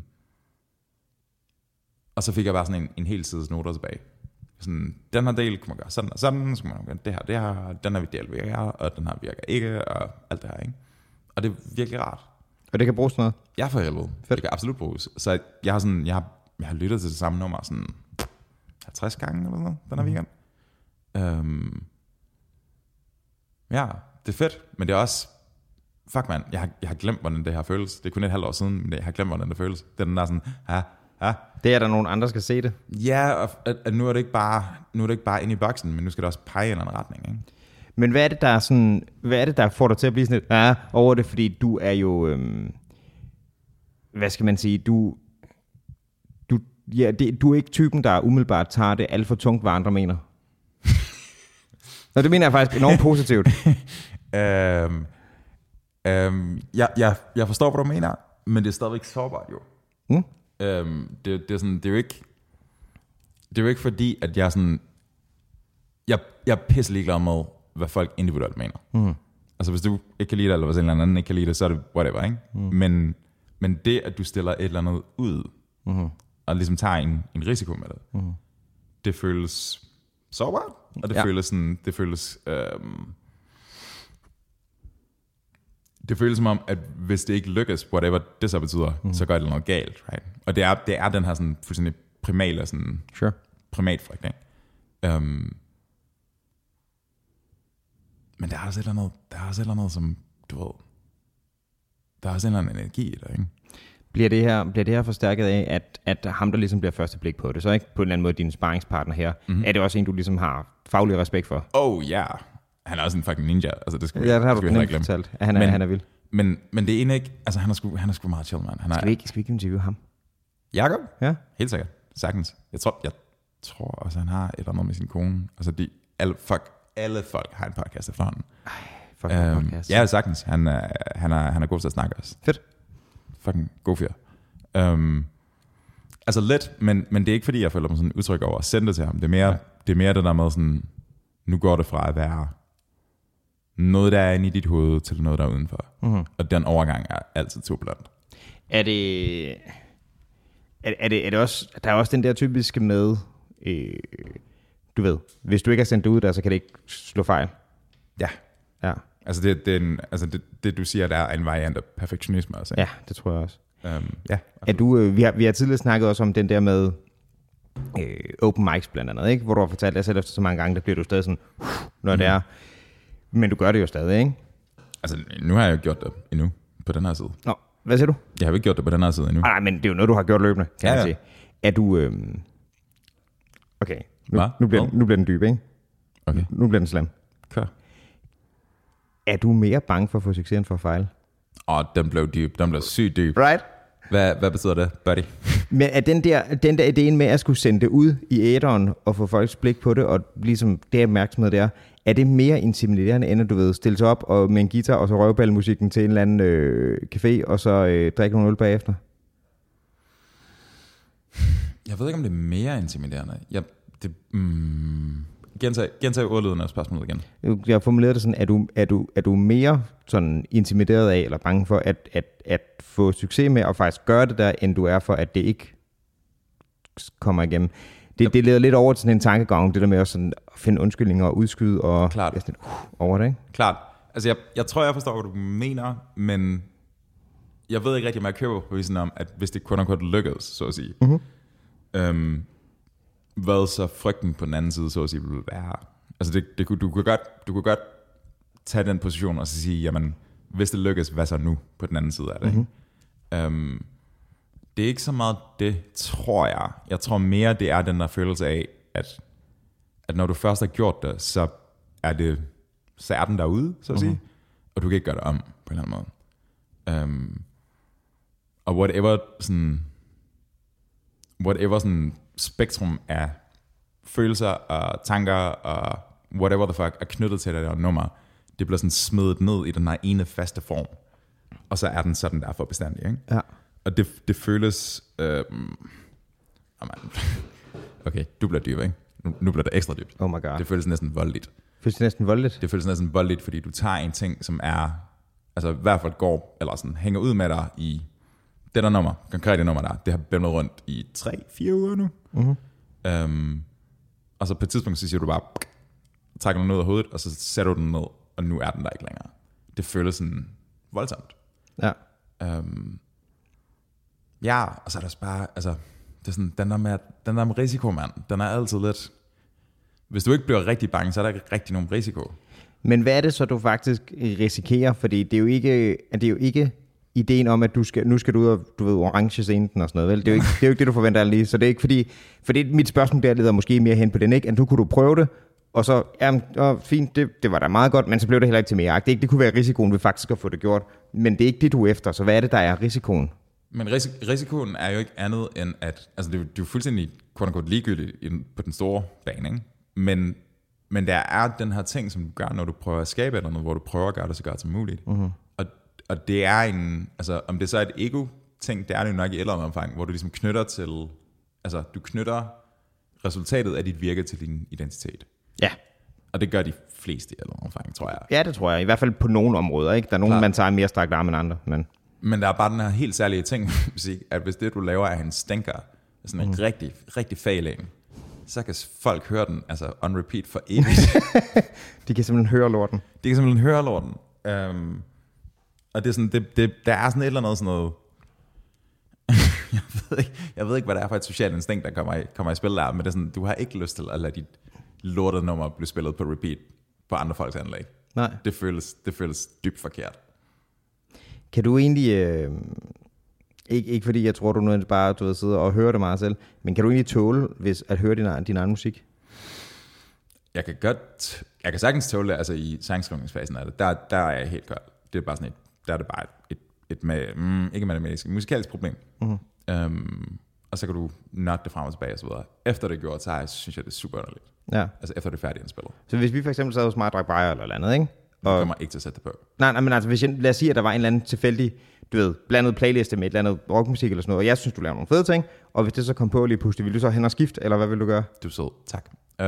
og så fik jeg bare sådan en, en hel sides noter tilbage. Sådan, den her del kunne man gøre sådan og sådan, så kunne man gøre det her, det her, den her del virker, og den her virker ikke, og alt det her, ikke? Og det er virkelig rart. Og det kan bruges noget? Ja, for helvede. Fedt. Det kan absolut bruges. Så jeg har, sådan, jeg har, jeg har lyttet til det samme nummer sådan halvtreds gange eller noget, den her mm. weekend. Um, ja, det er fedt, men det er også, fuck man, jeg har, jeg har glemt, hvordan det her føles. Det er kun et halvt år siden, men jeg har glemt, hvordan det føles. Det er den der sådan, ha, ha. Det er der nogen andre, skal se det. Ja, og at, at nu er det ikke bare, nu er det ikke bare inde i boksen, men nu skal det også pege i en anden retning, ikke? Men hvad er det, der er sådan, hvad er det, der får dig til at blive sådan lidt, ja, over det, fordi du er jo, øhm, hvad skal man sige, du, du, ja, det, du er ikke typen, der umiddelbart tager det alt for tungt, hvad andre mener. Nå, det mener jeg faktisk enormt positivt. øhm, øhm, jeg, jeg, jeg forstår, hvad du mener, men det er stadigvæk sårbart, jo. Mm? Øhm, det, det, er sådan, det er jo ikke, det er jo ikke fordi, at jeg sådan, jeg, jeg er pisse ligeglad med, hvad folk individuelt mener. Mm. Altså hvis du ikke kan lide det, eller hvis en eller anden ikke kan lide det, så er det whatever, ikke? Mm. Men, men det, at du stiller et eller andet ud, mm. og ligesom tager en, en risiko med det, mm. det føles sårbart, og det ja. føles sådan, det føles, øhm, det føles som om, at hvis det ikke lykkes, whatever det så betyder, mm. så gør det noget galt, right? Og det er, det er den her sådan fuldstændig primale, sådan sure. primatfrygt, ikke? Um, men der er også et eller andet, der er også et eller andet, som, du ved, der er også en eller anden energi i det, ikke? Bliver det her, bliver det her forstærket af, at, at ham, der ligesom bliver første blik på det, så ikke på en eller anden måde din sparringspartner her, mm-hmm. er det også en, du ligesom har faglig respekt for? Oh ja, yeah. Han er også en fucking ninja, altså det skulle ja, det har det du ikke fortalt, at han er, men, han er vild. Men, men det er egentlig ikke, altså han er sgu, han er sgu meget chill, man. Han er, skal vi ikke, skal vi ikke interviewe ham? Jakob? Ja. Helt sikkert, sagtens. Jeg tror, jeg tror også, han har et eller andet med sin kone. Altså de, alle, fuck, alle folk har en podcast efterhånden. Ej, fuck en um, podcast. Ja, sagtens. Han er, han, er, han er god til at snakke også. Fedt. Fucking god fyr. Um, altså lidt, men, men det er ikke fordi, jeg føler mig sådan udtryk over at sende det til ham. Det er mere, ja. det, er mere det der med sådan, nu går det fra at være noget, der er inde i dit hoved, til noget, der er udenfor. Mm-hmm. Og den overgang er altid turbulent. Er det, er, er det, er det også, der er også den der typiske med, øh, du ved, hvis du ikke har sendt det ud der, så kan det ikke slå fejl. Ja. Ja. Altså, det, det, er en, altså det, det, du siger, der er en variant af perfektionisme også. Ja, det tror jeg også. Um, ja, er du, øh, vi, har, vi har tidligere snakket også om den der med øh, open mics blandt andet, ikke? Hvor du har fortalt, at selv efter så mange gange, der bliver du stadig sådan, uh, når mm. det er. Men du gør det jo stadig, ikke? Altså, nu har jeg jo gjort det endnu på den her side. Nå, hvad siger du? Jeg har jo ikke gjort det på den her side endnu. Nej, men det er jo noget, du har gjort løbende, kan ja, jeg ja. sige. Er du... Øh... Okay, nu, nu, bliver den, nu bliver den dyb, ikke? Okay. Nu bliver den slem. Kør. Er du mere bange for at få succes end for at fejle? Åh, den blev dyb. Den blev sygt dyb. Right? Hvad, hvad betyder det, buddy? Men er den der, den der ideen med at skulle sende det ud i æteren og få folks blik på det, og ligesom det opmærksomhed der, er det mere intimiderende, end at du ved, stille sig op og med en guitar, og så røvballemusikken til en eller anden øh, café, og så øh, drikke nogle øl bagefter? Jeg ved ikke, om det er mere intimiderende. Jeg, det, mm, gentag, gentag ordlyden af spørgsmålet igen. Jeg har formuleret det sådan, er du, er du, er du mere sådan intimideret af, eller bange for, at, at, at få succes med, at faktisk gøre det der, end du er for, at det ikke kommer igennem? Det, det leder lidt over til sådan en tankegang, det der med at sådan finde undskyldninger og udskyde og Klart. Sådan, uh, over det, ikke? Klart. Altså, jeg, jeg tror, jeg forstår, hvad du mener, men jeg ved ikke rigtig, om jeg køber på visen om, at hvis det kun og kun lykkedes, så at sige, Mm-hmm. øhm, hvad så frygten på den anden side, så at sige, vil være. Altså, det, det, du, kunne godt, du kunne godt tage den position og så sige, jamen, hvis det lykkes, hvad så nu på den anden side af det? Mm-hmm. Øhm, det er ikke så meget det, tror jeg. Jeg tror mere, det er den der følelse af, at, at når du først har gjort det, så er det så er den derude, så at sige, mm-hmm. og du kan ikke gøre det om på en eller anden måde. Um, og whatever sådan, whatever sådan spektrum af følelser og tanker og whatever the fuck er knyttet til det der nummer, det bliver sådan smidt ned i den her ene faste form, og så er den sådan der for bestandig, ikke? Ja. Og det, det føles... Øh, okay, du bliver dyb, ikke? Nu, nu bliver det ekstra dybt. Oh my god. Det føles næsten voldeligt. Føles det næsten voldeligt? Det føles næsten voldeligt, fordi du tager en ting, som er... Altså i hvert fald går, eller sådan hænger ud med dig i... Det der nummer, konkrete nummer der, det har bæmlet rundt i tre, fire uger nu. Mm-hmm. Um, og så på et tidspunkt, så siger du bare... Trækker den ned af hovedet, og så sætter du den ned, og nu er den der ikke længere. Det føles sådan voldsomt. Ja. Um, Ja, og så er der også bare, altså, det er sådan, den der med, den der med risiko, mand, den er altid lidt, hvis du ikke bliver rigtig bange, så er der ikke rigtig nogen risiko. Men hvad er det så, du faktisk risikerer? Fordi det er jo ikke, det er jo ikke ideen om, at du skal, nu skal du ud og, du ved, orange scenen og sådan noget, vel? Det er jo ikke det, er jo ikke det du forventer lige, så det er ikke fordi, fordi mit spørgsmål der leder måske mere hen på den, ikke? At nu kunne du prøve det, og så, ja, åh, fint, det, det var da meget godt, men så blev det heller ikke til mere. Det, ikke, det kunne være risikoen ved faktisk at få det gjort, men det er ikke det, du er efter, så hvad er det, der er risikoen? Men ris- risikoen er jo ikke andet end at, altså det er jo, det er jo fuldstændig quote-unquote ligegyldigt på den store bane, ikke? Men, men der er den her ting, som du gør, når du prøver at skabe noget, hvor du prøver at gøre det så godt som muligt. Mm-hmm. Og, og det er en, altså om det så er et ego-ting, det er det jo nok i et eller andet omfang, hvor du ligesom knytter til, altså du knytter resultatet af dit virke til din identitet. Ja. Og det gør de fleste i et eller andet omfang, tror jeg. Ja, det tror jeg. I hvert fald på nogle områder, ikke? Der er nogen, Klar. man tager mere strakt arm end andre, men... Men der er bare den her helt særlige ting, at hvis det du laver er en stænker, sådan en mm. rigtig, rigtig failing, så kan folk høre den, altså on repeat for evigt. De kan simpelthen høre lorten. De kan simpelthen høre lorten. Um, og det er sådan, det, det, der er sådan et eller andet sådan noget, jeg, ved ikke, jeg ved ikke, hvad det er for et socialt instinkt, der kommer i, kommer i spil der, men det er sådan, du har ikke lyst til at lade dit lortet nummer blive spillet på repeat på andre folks anlæg. Nej. Det føles, det føles dybt forkert. Kan du egentlig, øh, ikke, ikke fordi jeg tror, du nødvendigvis bare du ved, sidder og hører det meget selv, men kan du egentlig tåle hvis, at høre din, din egen musik? Jeg kan godt, jeg kan sagtens tåle det, altså i sangskrivningsfasen af det, der, der er jeg helt kold. Det er bare sådan et, der er det bare et, et med, mm, ikke matematisk, et musikalsk problem. Mm-hmm. Um, og så kan du knock det frem og tilbage og så videre. Efter det er gjort, så jeg, synes jeg, det er super underligt. Ja. Altså efter det er færdigt indspillet. Så hvis vi for eksempel sad hos mig og drak bajer eller andet, ikke? Og jeg kommer ikke til at sætte det på. Nej, nej, men altså, hvis jeg, lad os sige, at der var en eller anden tilfældig, du ved, blandet playliste med et eller andet rockmusik eller sådan noget, og jeg synes, du laver nogle fede ting, og hvis det så kom på lige pludselig, vil du så hen og skifte, eller hvad vil du gøre? Du er sød, tak.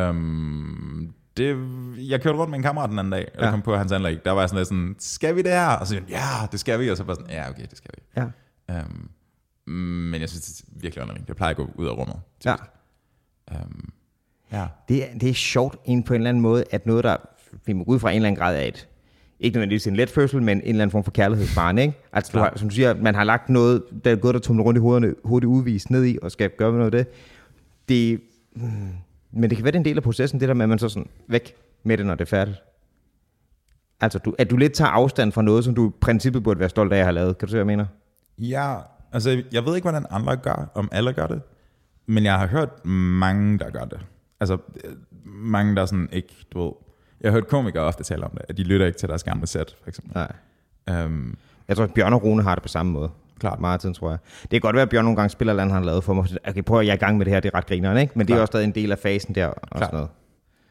Um, det, jeg kørte rundt med en kammerat den anden dag, og ja. kom på hans anlæg, der var sådan lidt sådan, skal vi det her? Og så siger ja, det skal vi, og så bare sådan, ja, okay, det skal vi. Ja. Um, men jeg synes, det er virkelig underligt. Det plejer at gå ud af rummet. Ja. Um, ja. Det, er, det er sjovt en på en eller anden måde, at noget, der ud fra en eller anden grad af et, ikke nødvendigvis en let fødsel, men en eller anden form for kærlighedsbarn, ikke? Altså, du har, som du siger, man har lagt noget, der er gået der tumler rundt i hovederne, hurtigt udvist ned i, og skal gøre noget af det. Det, hmm, men det kan være en del af processen, det der med, at man så sådan væk med det, når det er færdigt. Altså, du, at du lidt tager afstand fra noget, som du i princippet burde være stolt af at have lavet. Kan du se, hvad jeg mener? Ja, altså, jeg ved ikke, hvordan andre gør, om alle gør det, men jeg har hørt mange, der gør det. Altså, mange, der sådan ikke, du ved, jeg har hørt komikere ofte tale om det, at de lytter ikke til deres gamle sæt, for eksempel. Nej. Um, jeg tror, at Bjørn og Rune har det på samme måde. Klart. Meget tiden, tror jeg. Det kan godt være, at Bjørn nogle gange spiller eller andet, han har lavet for mig. Okay, prøv at jeg er i gang med det her, det er ret grineren, ikke? Men det er Klart. også stadig en del af fasen der og Klart. sådan noget.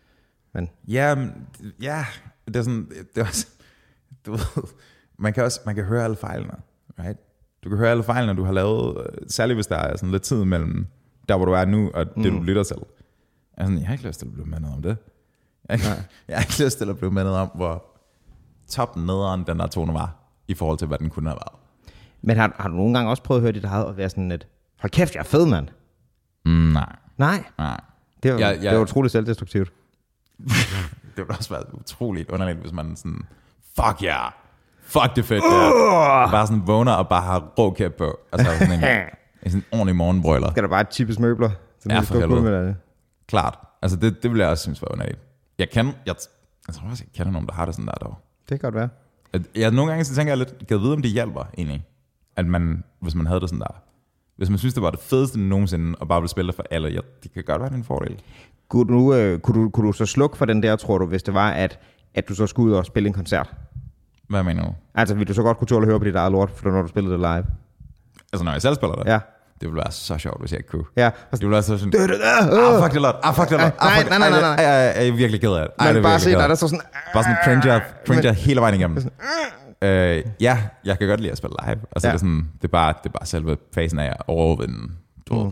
Men. Ja, ja, det er sådan, det er også, du ved, man kan også, man kan høre alle fejlene, right? Du kan høre alle fejlene, du har lavet, særligt hvis der er sådan lidt tid mellem der, hvor du er nu, og det, mm. du lytter til. Jeg, sådan, jeg har ikke lyst til at blive mandet om det. Jeg, jeg har ikke lyst til at blive mandet om, hvor top nederen den der tone var, i forhold til, hvad den kunne have været. Men har, har du nogle gange også prøvet at høre dit eget, og være sådan lidt, hold kæft, jeg er fed, mand? Mm, nej. Nej? Nej. Det var, jeg, jeg, det var utroligt selvdestruktivt. Det ville også være utroligt underligt, hvis man sådan, fuck yeah, fuck det fedt der. Uh! Bare sådan vågner og bare har rå kæp på. Altså sådan en, en sådan ordentlig morgenbrøler. Skal der bare tippes møbler? Ja, for helvede. Klart. Altså det, det ville jeg også synes var underligt. Jeg kan, jeg, jeg tror også, jeg kender nogen, der har det sådan der dog. Det kan godt være. Jeg, jeg, nogle gange så tænker jeg lidt, kan jeg vide, om det hjælper egentlig, at man, hvis man havde det sådan der. Hvis man synes, det var det fedeste nogensinde, og bare ville spille det for alle, ja, det kan godt være en fordel. Kunne du, øh, kunne, du, kunne du så slukke for den der, tror du, hvis det var, at, at du så skulle ud og spille en koncert? Hvad mener du? Altså, ville du så godt kunne tåle at høre på dit eget lort, for når du spillede det live? Altså, når jeg selv spiller det? Ja. Det ville være så sjovt, hvis jeg ikke kunne. Ja. Det ville være så sådan, ah, fuck det lort, ah, fuck det lort, ah, fuck det. Nej, nej, nej, nej. Jeg er virkelig ked af det. Men bare se, der er så sådan... Bare sådan cringer, cringer hele vejen igennem. Øh, ja, jeg kan godt lide at spille live. Altså, ja. det, er sådan, det, er bare, det er bare selve fasen af at overvinde. Du mm. ved.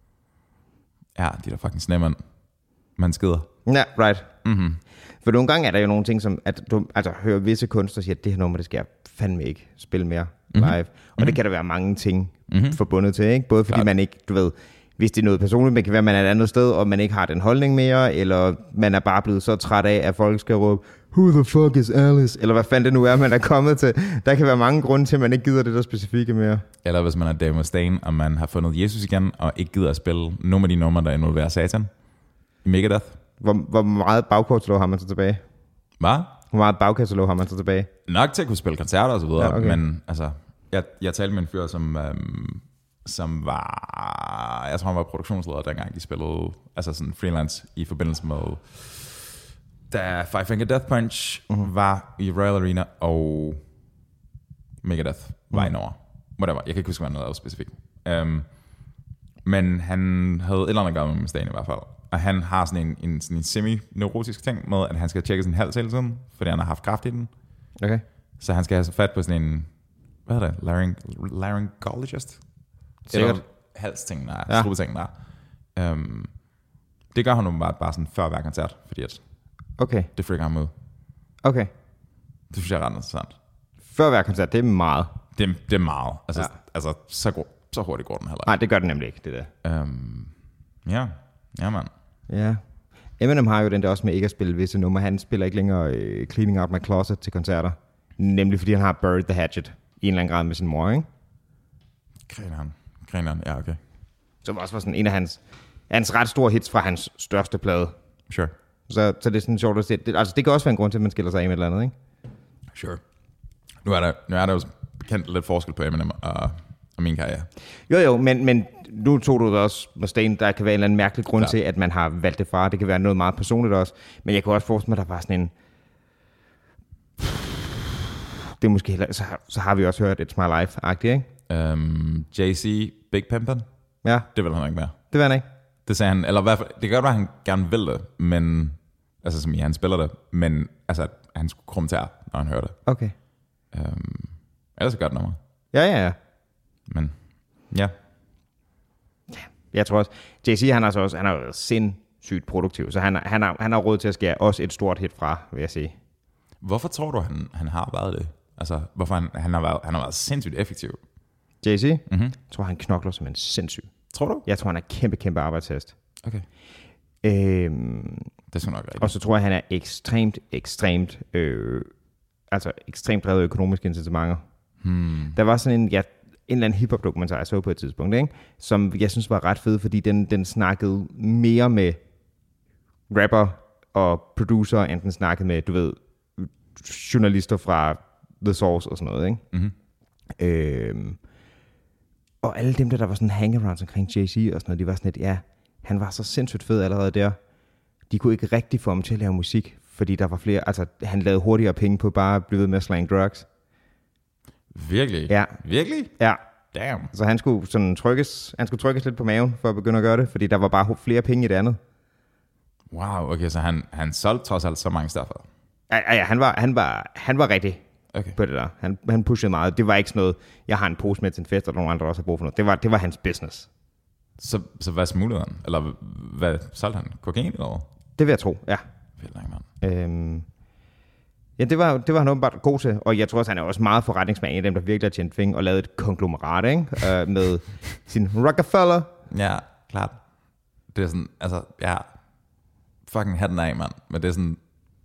Ja, de der fucking snemmand. Man skider. Ja, right. Mm-hmm. For nogle gange er der jo nogle ting, som at du altså, hører visse kunstnere sige, at det her nummer, det skal jeg fandme ikke spille mere live. Mm-hmm. Og mm-hmm. det kan der være mange ting mm-hmm. forbundet til, ikke? Både fordi Klart. man ikke, du ved, hvis det er noget personligt, man kan være, at man er et andet sted, og man ikke har den holdning mere, eller man er bare blevet så træt af, at folk skal råbe, who the fuck is Alice? Eller hvad fanden det nu er, man er kommet til. Der kan være mange grunde til, at man ikke gider det der specifikke mere. Eller hvis man er Dave Mustaine, og man har fundet Jesus igen, og ikke gider at spille nogle af de numre, der involverer Satan i Megadeth. Hvor, hvor meget bagkatalog har man så tilbage? Hvad? Hvor meget bagkatalog har man så tilbage? Nok til at kunne spille koncerter og så videre, ja, okay. men altså, jeg, jeg talte med en fyr, som, øhm, som var, jeg tror han var produktionsleder dengang, de spillede, altså sådan freelance i forbindelse med, da Five Finger Death Punch uh-huh. var i Royal Arena, og Megadeth var uh-huh. i Norge. Whatever, jeg kan ikke huske, hvad han lavede specifikt. Um, men han havde et eller andet gøre med Mustaine i hvert fald. Og han har sådan en, en, sådan en semi-neurotisk ting med, at han skal tjekke sin hals hele tiden, fordi han har haft kræft i den. Okay. Så han skal have så fat på sådan en, hvad hedder det, Laryng- laryngologist? Sikkert. Halstingen der, ja. Strubetingen der. Um, det gør han nu bare, bare sådan før hver koncert, fordi at okay. det freaker ham ud. Okay. Det synes jeg er ret interessant. Før hver koncert, det er meget. Det, det er meget. Altså, ja. altså så, går, så hurtigt går den heller. Nej, det gør den nemlig ikke, det der. Um, ja, ja mand. Ja. Eminem har jo den der også med ikke at spille visse numre. Han spiller ikke længere uh, Cleaning Out My Closet til koncerter. Nemlig fordi han har buried the hatchet i en eller anden grad med sin mor, ikke? Griner han. Griner han, ja okay. Som også var sådan en af hans, hans ret store hits fra hans største plade. Sure. Så, så det er sådan sjovt at se. Det, altså det kan også være en grund til, at man skiller sig af med et eller andet, ikke? Sure. Nu er der, nu er der jo kendt lidt forskel på Eminem og, og min karriere. Jo jo, men, men nu tog du det også, Mustaine. Der kan være en eller anden mærkelig grund Klar. til, at man har valgt det fra. Det kan være noget meget personligt også. Men jeg kan også forestille mig, at der var sådan en... Det er måske heller... Så, så har vi også hørt et Smile Life-agtigt, ikke? Um, Jay-Z, Big Pimpin'? Ja. Det vil han ikke mere. Det vil han ikke. Det sagde han, eller i hvert fald, det kan godt være, at han gerne vil det, men, altså som i, han spiller det, men altså, han skulle kommentere, når han hører det. Okay. Um, ellers så gør det nummer. Ja, ja, ja. Men, ja. Ja, jeg tror også, Jay-Z, han er så også, han er jo sindssygt produktiv, så han, han, har, han har råd til at skære også et stort hit fra, vil jeg sige. Hvorfor tror du, han, han har været det? Altså, hvorfor han, han, har været, han har været sindssygt effektiv? Jay-Z? Mm-hmm. Jeg tror, han knokler som en sindssyg. Tror du? Jeg tror, han er kæmpe, kæmpe arbejdshest. Okay. Øhm, det er nok rigtigt. Og så tror jeg, han er ekstremt, ekstremt, øh, altså ekstremt drevet økonomiske incitamenter. Hmm. Der var sådan en, ja, en eller anden hiphop-dokumentar, jeg så på et tidspunkt, ikke? Som jeg synes var ret fed, fordi den, den snakkede mere med rapper og producer, end den snakkede med, du ved, journalister fra The Source og sådan noget, ikke? Mm-hmm. Øhm, og alle dem der, der var sådan hangarounds omkring Jay-Z og sådan noget, de var sådan lidt, ja, han var så sindssygt fed allerede der. De kunne ikke rigtig få ham til at lave musik, fordi der var flere, altså han lavede hurtigere penge på bare at blive ved med at slang drugs. Virkelig? Ja. Virkelig? Ja. Damn. Så han skulle sådan trykkes, han skulle trykkes lidt på maven for at begynde at gøre det, fordi der var bare flere penge i det andet. Wow, okay, så han, han solgte trods alt så mange stoffer. Ja, ja, han var, han var, han var rigtig okay. på det der. Han, han pushede meget. Det var ikke sådan noget, jeg har en pose med til en fest, og nogle andre også har brug for noget. Det var, det var hans business. Så, så hvad smuglede han? Eller hvad solgte han? Kokain eller? Det vil jeg tro, ja. Vildt nok, mand. Øhm, ja, det var, det var han åbenbart god til, og jeg tror også, han er også meget forretningsmand, en af dem, der virkelig har tjent penge og lavet et konglomerat, ikke? øh, med sin Rockefeller. Ja, klart. Det er sådan, altså, ja, fucking hatten af, mand. Men det er sådan,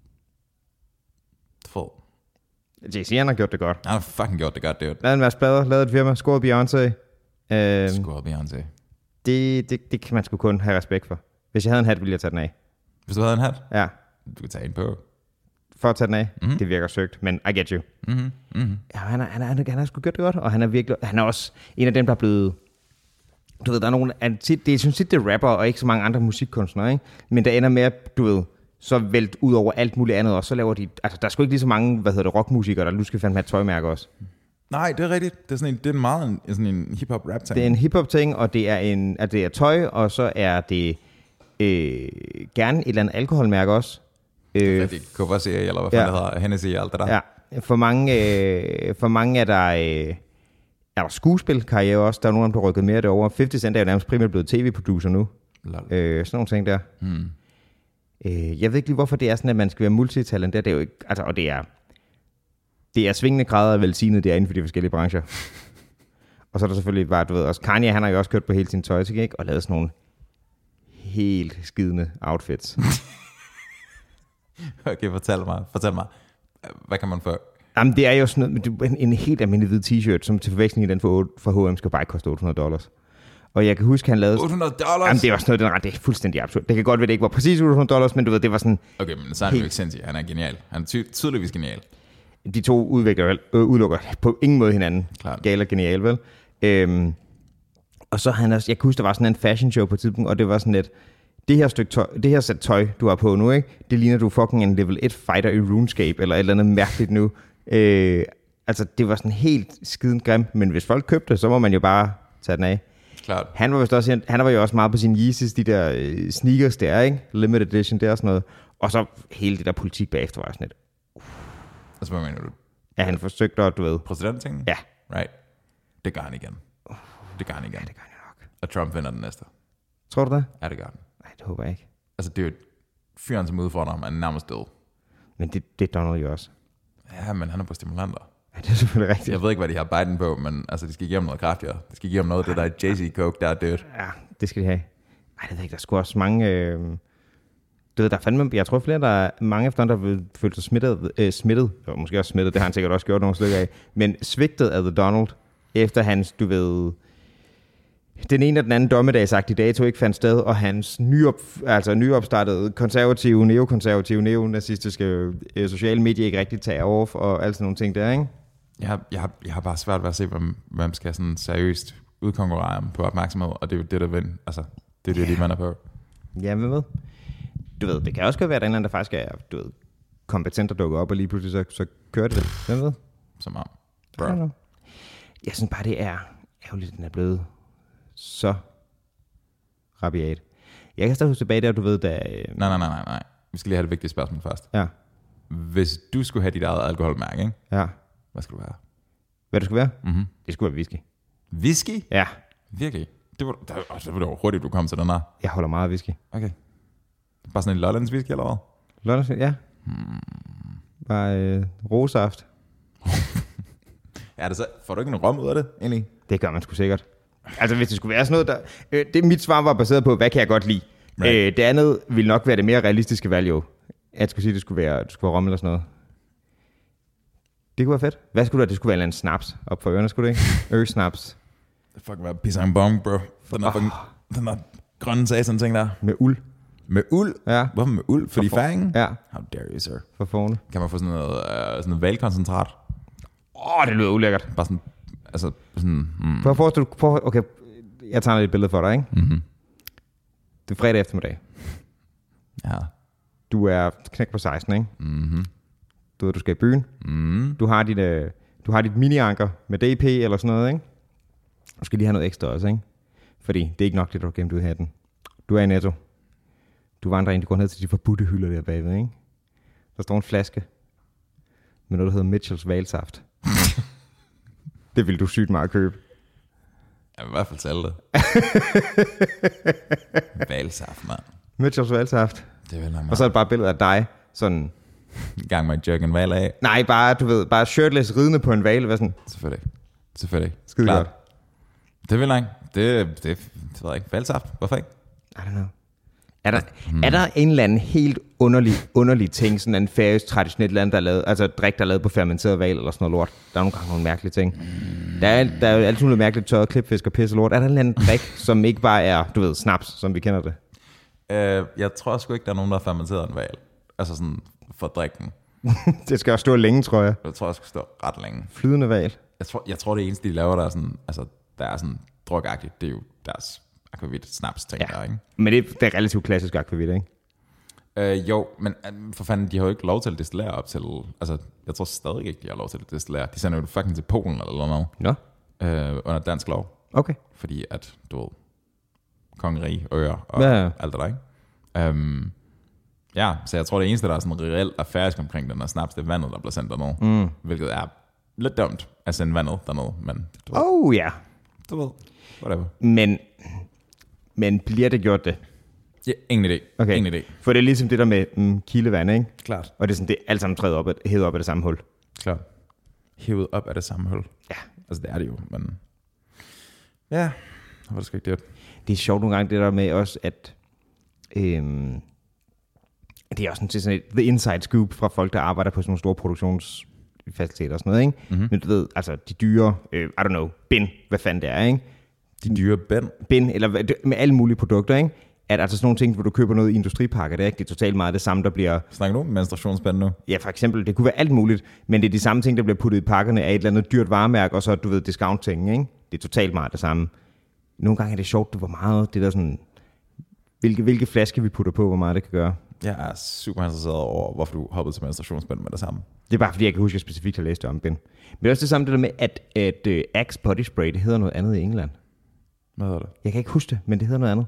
få. Jay-Z, han har gjort det godt. Han har fucking gjort det godt, det er jo. Lavet en masse plader, lavet et firma, scoret Beyoncé. Øh, scoret Beyoncé. Det, det, det kan man sgu kun have respekt for. Hvis jeg havde en hat, ville jeg tage den af. Hvis du havde en hat? Ja. Du kan tage en på. For at tage den af? Mm-hmm. Det virker søgt, men I get you. Mm-hmm. Mm-hmm. Ja, han har han er, han er, han er sgu gjort det godt, og han er virkelig, han er også en af dem, der er blevet, du ved, der er nogle, det, det, synes tit, det er rapper, og ikke så mange andre musikkunstnere, ikke? Men der ender med, at du ved, så vælt ud over alt muligt andet, og så laver de, altså der er sgu ikke lige så mange, hvad hedder det, rockmusikere, der nu skal fandme have tøjmærker også. Nej, det er rigtigt. Det er sådan en, det er meget en, sådan en hip-hop-rap ting. Det er en hip-hop-ting, og det er, en, at det er tøj, og så er det øh, gerne et eller andet alkoholmærke også. Det er rigtigt. Courvoisier, eller hvad ja. det hedder, Hennessy og alt det der. Ja, for mange, øh, for mange er der, øh, er der skuespilkarriere også. Der er nogen, der har rykket mere derover. halvtreds Cent er jo nærmest primært blevet tv-producer nu. Øh, sådan nogle ting der. Hmm. Øh, jeg ved ikke lige, hvorfor det er sådan, at man skal være multitalent. Det er jo ikke, altså, og det er, det er svingende grader af velsignet, det er inden for de forskellige brancher. Og så er der selvfølgelig bare, du ved, også Kanye, han har jo også kørt på hele sin tøj, ikke? Og lavet sådan nogle helt skidende outfits. Okay, fortæl mig, fortæl mig. Hvad kan man få? Jamen, det er jo sådan noget, en, en helt almindelig hvid t-shirt, som til forveksling i den for, for H og M skal bare koste otte hundrede dollars. Og jeg kan huske, han lavede... otte hundrede dollars? Jamen, det er også noget, den ret, det er fuldstændig absurd. Det kan godt være, det ikke var præcis otte hundrede dollars, men du ved, det var sådan... Okay, men så er han jo ikke sindssyg. Han er genial. Han er ty- tydeligvis genial. De to udvikler, øh, udelukker på ingen måde hinanden. Klart. Gal og genial, vel? Øhm, og så han også... Jeg kan huske, der var sådan en fashion show på et tidspunkt, og det var sådan lidt... Det her stykke tøj, det her sæt tøj, du har på nu, ikke? Det ligner, du fucking en level et fighter i RuneScape, eller et eller andet mærkeligt nu. Øh, altså, det var sådan helt skiden grim, men hvis folk købte, så må man jo bare tage den af. Klart. Han var, vist også, han var jo også meget på sin Yeezys, de der øh, sneakers der, ikke? Limited edition, der og sådan noget. Og så hele det der politik bagefter var sådan lidt. Uh. Altså, hvad mener du? Ja, han forsøgte at, du ved... Præsidenttingen? Ja. Right. Det gør han igen. Det gør han igen. Ja, det gør han nok. Og Trump vinder den næste. Tror du det? Ja, det gør han. Nej, det håber jeg ikke. Altså, det er jo fyren, som udfordrer ham, er nærmest død. Men det, det er Donald jo også. Ja, men han er på stimulanter. Ja, det er selvfølgelig rigtigt. Jeg ved ikke, hvad de har Biden på, men altså, de skal give ham noget kraftigere. De skal give ham noget af det der Jay-Z-coke, der er dødt. Ja, det skal de have. Ej, det ved jeg ikke. Der er sgu også mange... Øh... Du ved, der er fandme... Jeg tror flere, der er mange efter, der vil føle sig smittet. Øh, smittet. Jo, måske også smittet. Det har han sikkert også gjort nogle stykker af. Men svigtet af The Donald, efter hans, du ved... Den ene og den anden dommedagsagtige dato ikke fandt sted, og hans nyop, altså nyopstartede konservative, neokonservative, neonazistiske øh, sociale medier ikke rigtig tager over, og alt sådan nogle ting der, ikke? Jeg har, jeg har, jeg har bare svært ved at se, hvem, hvem skal sådan seriøst udkonkurrere ham på opmærksomhed, og det er jo det, der vinder. Altså, det er det, yeah. de man er på. Ja, hvad med? Du ved, det kan også godt være, at der er en anden, der faktisk er, du ved, kompetent at dukke op, og lige pludselig så, så kører det. Hvad med? Som om. Bro. Jeg, jeg synes bare, det er ærgerligt, at den er blevet så rabiat. Jeg kan stadig huske tilbage der, du ved, da... Nej, nej, nej, nej, nej. Vi skal lige have det vigtige spørgsmål først. Ja. Hvis du skulle have dit eget alkoholmærke, ikke? Ja. Hvad skulle du have? Hvad det skulle være? Mm-hmm. Det skulle være whisky. Whisky? Ja. Virkelig? Det var, det var, det var det hurtigt, du kom til den her. Jeg holder meget af whisky. Okay. Bare sådan en Lollands whisky, eller hvad? Lollands, ja. Hmm. Bare øh, rosaft. Ja, det så, får du ikke en rom ud af det, egentlig? Det gør man sgu sikkert. Altså, hvis det skulle være sådan noget, der... Øh, det, mit svar var baseret på, hvad kan jeg godt lide? Right. Øh, det andet ville nok være det mere realistiske valg, jo. Jeg skulle sige, det skulle være, det skulle være rom eller sådan noget. Det kunne være fedt. Hvad skulle du have? Det skulle være en eller anden snaps op for ørerne, skulle det ikke? Ø-snaps. Det fucking var pisang bong, bro. Den er, fucking, oh. den er grønne satan ting der. Med uld. Med uld? Ja. Hvorfor med uld? Fordi for færingen? Ja. How dare you, sir? For forne. Kan man få sådan noget, uh, sådan noget valkoncentrat? Åh, oh, det lyder ulækkert. Bare sådan, altså sådan... Mm. Prøv at forestille dig, okay, jeg tager et billede for dig, ikke? Mm-hmm. Det er fredag eftermiddag. Ja. Du er knæk på seksten, ikke? Mhm. Du ved, du skal i byen. Mm. Du har dit, øh, du har dit mini-anker med D P eller sådan noget, ikke? Du skal lige have noget ekstra også, ikke? Fordi det er ikke nok, det du har gemt ud i hatten. Du er i Netto. du vandrer ind, du går ned til de forbudte hylder der bagved, ikke? Der står en flaske med noget, der hedder Mitchells valsaft. Det vil du sygt meget købe. Jeg vil i hvert fald tælle det. Valsaft, mand. Mitchells valsaft. Det vil jeg Og så er det bare et billede af dig, sådan... I gang med at jerke en val af. Nej, bare, du ved, bare shirtless ridende på en val. Hvad sådan? Selvfølgelig. Selvfølgelig. Skide Klart. godt. Det vil jeg. Det, det, det ved jeg ikke. Valsaft. Hvorfor ikke? I don't know. Er der, hmm. er der en eller anden helt underlig, underlig ting, sådan en færøsk traditionelt land, der er lavet, altså drik, der er lavet på fermenteret val eller sådan noget lort? Der er nogle gange nogle mærkelige ting. Mm. Der er, der er jo altid noget mærkeligt tørret klipfisk og pisse lort. Er der en eller anden drik, som ikke bare er, du ved, snaps, som vi kender det? Uh, jeg tror sgu ikke, der er nogen, der har fermenteret en val. Altså sådan for drikken. Det skal også stå længe, tror jeg. Jeg tror, jeg skal stå ret længe. Flydende val. Jeg tror, jeg tror det eneste, de laver, der er sådan, altså, der er sådan drukagtigt, det er jo deres akvavit snaps ting, ja. der, ikke? Men det, det er relativt klassisk akvavit, ikke? Øh, jo, men for fanden, de har jo ikke lov til at destillere op til, altså, jeg tror stadig ikke, de har lov til at destillere. De sender jo fucking til Polen eller noget. Nå. Øh, under dansk lov. Okay. Fordi at, du ved, kongerige, øer og ja. alt det der, ikke? Um, ja, så jeg tror, det eneste, der er sådan reelt affærisk omkring den, er snaps, det er vandet, der bliver sendt dernede. Mm. Hvilket er lidt dumt at sende vandet dernede, men du ved. Oh ja. Yeah. Du ved, whatever. Men, men bliver det gjort det? Ja, ingen idé. Okay. Ingen idé. For det er ligesom det der med mm, kildevand, ikke? Klart. Og det er sådan, det er alt sammen træet op, hævet op af det samme hul. Klart. Hævet op af det samme hul. Ja. Altså, det er det jo, men... Ja, hvor det skal ikke det. Det er sjovt nogle gange, det der med også, at... Øhm, det er også sådan, sådan et the inside scoop fra folk, der arbejder på sådan nogle store produktionsfaciliteter og sådan noget, ikke? Mm-hmm. Men du ved, altså de dyre, øh, I don't know, bind, hvad fanden det er, ikke? De dyre bind? Bind, eller med alle mulige produkter, ikke? At altså sådan nogle ting, hvor du køber noget i industripakker, det er ikke det er totalt meget det samme, der bliver... Snakker du om menstruationsbind nu? Ja, for eksempel, det kunne være alt muligt, men det er de samme ting, der bliver puttet i pakkerne af et eller andet dyrt varemærke, og så, du ved, discount-ting, ikke? Det er totalt meget det samme. Nogle gange er det sjovt, hvor meget det der sådan... Hvilke, hvilke flaske vi putter på, hvor meget det kan gøre. Jeg er super interesseret over, hvorfor du hoppede til menstruationsbind med det samme. Det er bare fordi, jeg kan huske, at jeg specifikt har læst det om bind. Men det er også det samme det der med, at, at uh, Axe Body Spray, det hedder noget andet i England. Hvad hedder det? Jeg kan ikke huske det, men det hedder noget andet.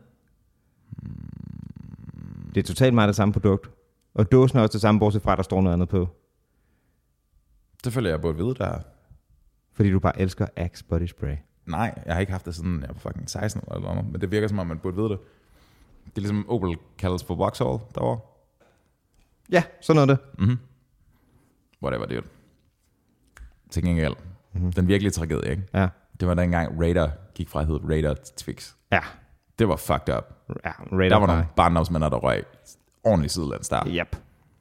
Det er totalt meget det samme produkt. Og dåsen er også det samme, bortset fra, at der står noget andet på. Det føler jeg burde vide, der. Fordi du bare elsker Axe Body Spray. Nej, jeg har ikke haft det siden jeg var fucking seksten eller noget, men det virker som om, man burde vide det. Det er ligesom Opel kaldes for Vauxhall derovre. Ja, sådan noget det. Mhm. Whatever, dude. Til gengæld. Mm-hmm. Den virkelige tragedie, ikke? Ja. Det var dengang Raider gik fra at hedde Raider til Twix. Ja. Det var fucked up. Ja, Raider der var nogle barndomsmænder, der røg ordentligt sidelands der. Yep.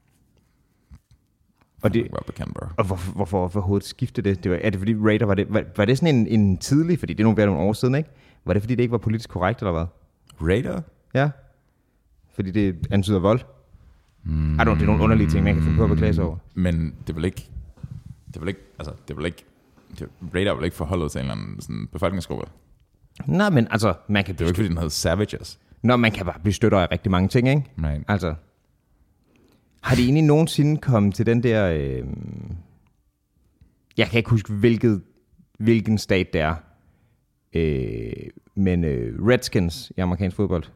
Og, det, og hvorfor, hvorfor overhovedet skiftede det? det var, er det fordi Raider, var det, var, var det sådan en, en tidlig, fordi det er nogle, nogle år siden, ikke? Var det fordi det ikke var politisk korrekt, eller hvad? Raider? Ja. Fordi det antyder vold. Mm. Ej, det er nogle underlige ting, man kan finde på at beklage sig over. Men det vil ikke, det vil ikke, altså, det vil ikke, det, Raider vil ikke forholde sig til en eller anden sådan, befolkningsgruppe. Nej, men altså, man kan... Det er jo ikke, fordi den hedder Savages. Nå, man kan bare blive støtter af rigtig mange ting, ikke? Nej. Altså, har det egentlig nogensinde kommet til den der... Øh... Jeg kan ikke huske, hvilket, hvilken stat det er. Øh... Men øh, Redskins i amerikansk fodbold.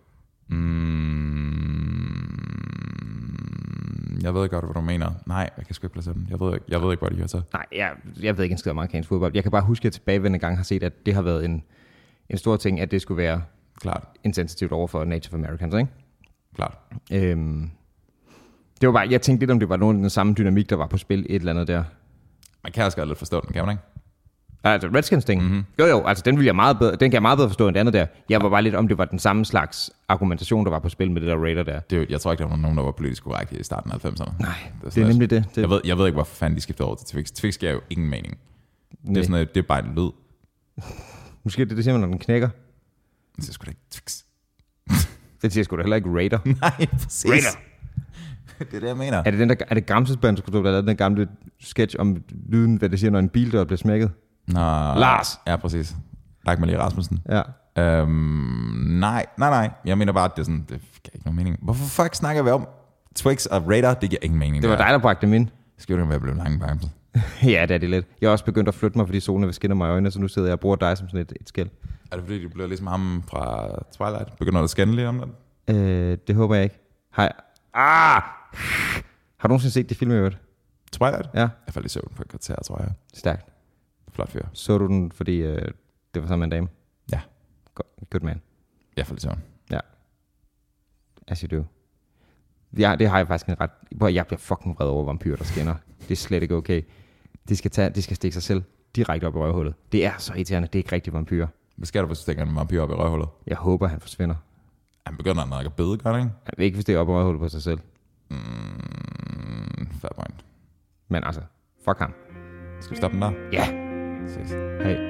Mm, jeg ved godt, hvad du mener. Nej, jeg kan sgu ikke placere den. Jeg ved ikke, jeg ved ikke, hvad de har taget. Nej, jeg, jeg ved ikke en skid om amerikansk fodbold. Jeg kan bare huske, at jeg tilbagevendende gang har set, at det har været en, en stor ting, at det skulle være klart insensitivt over for Native Americans, ikke? Klart. Øhm, det var bare, jeg tænkte lidt, om det var nogen af den samme dynamik, der var på spil, et eller andet der. Man kan også godt lidt forstå den, kan man ikke? Altså Redskins ting. Mm-hmm. Jo jo, altså den vil jeg meget bedre, den kan jeg meget bedre forstå end det andet der. Jeg var bare lidt om det var den samme slags argumentation, der var på spil med det der Raider der. Det, jeg tror ikke der var nogen der var politisk korrekt i starten af halvfemserne. Nej, det er, det er nemlig det. det. Jeg ved, jeg ved ikke hvorfor fanden de skiftede over til Twix. Twix giver jo ingen mening. Det er sådan noget, det er bare en lyd. Måske det, det siger man, når den knækker. Det siger sgu da ikke Twix. Det siger sgu da heller ikke Raider. Nej, præcis. Raider. Det er det jeg mener. Er det den der, er det Gramsesband, der skulle lavede den gamle sketch om lyden, hvad det siger, når en bildør bliver smækket? Nå, Lars. Ja, præcis. Lagt mig lige Rasmussen. Ja. Øhm, nej, nej, nej. Jeg mener bare, at det er sådan, det giver ikke nogen mening. Hvorfor fuck snakker vi om Twix og Raider? Det giver ingen mening. Det var dig, der bragte dem ind. Skal du være blevet lange bamse? Ja, det er det lidt. Jeg har også begyndt at flytte mig, fordi solen vil skinne mig i øjnene, så nu sidder jeg og bruger dig som sådan et, et skæld. Er det fordi, du bliver ligesom ham fra Twilight? Begynder du at skænde lige om det? Øh, det håber jeg ikke. Har, ah! Har du nogensinde set det film i øvrigt? Twilight? Ja. Jeg faldt i søvn på et kvarter, tror jeg. Stærkt. Flot fyr. Så du den, fordi øh, det var sammen med en dame? Ja. Good man. Jeg faldt i søvn. Ja. As you do. Ja, det har jeg faktisk en ret... Hvor jeg bliver fucking vred over vampyrer, der skinner. Det er slet ikke okay. De skal, tage, de skal stikke sig selv direkte op i røvhullet. Det er så irriterende. Det er ikke rigtig vampyrer. Hvad sker der, hvis du stikker en vampyr op i røvhullet? Jeg håber, han forsvinder. Han begynder at nakke bede, gør det ikke? Jeg vil ikke, hvis det er op i røvhullet på sig selv. Mm, fair point. Men altså, fuck ham. Skal vi stoppe den der? Ja. Ses. Hej.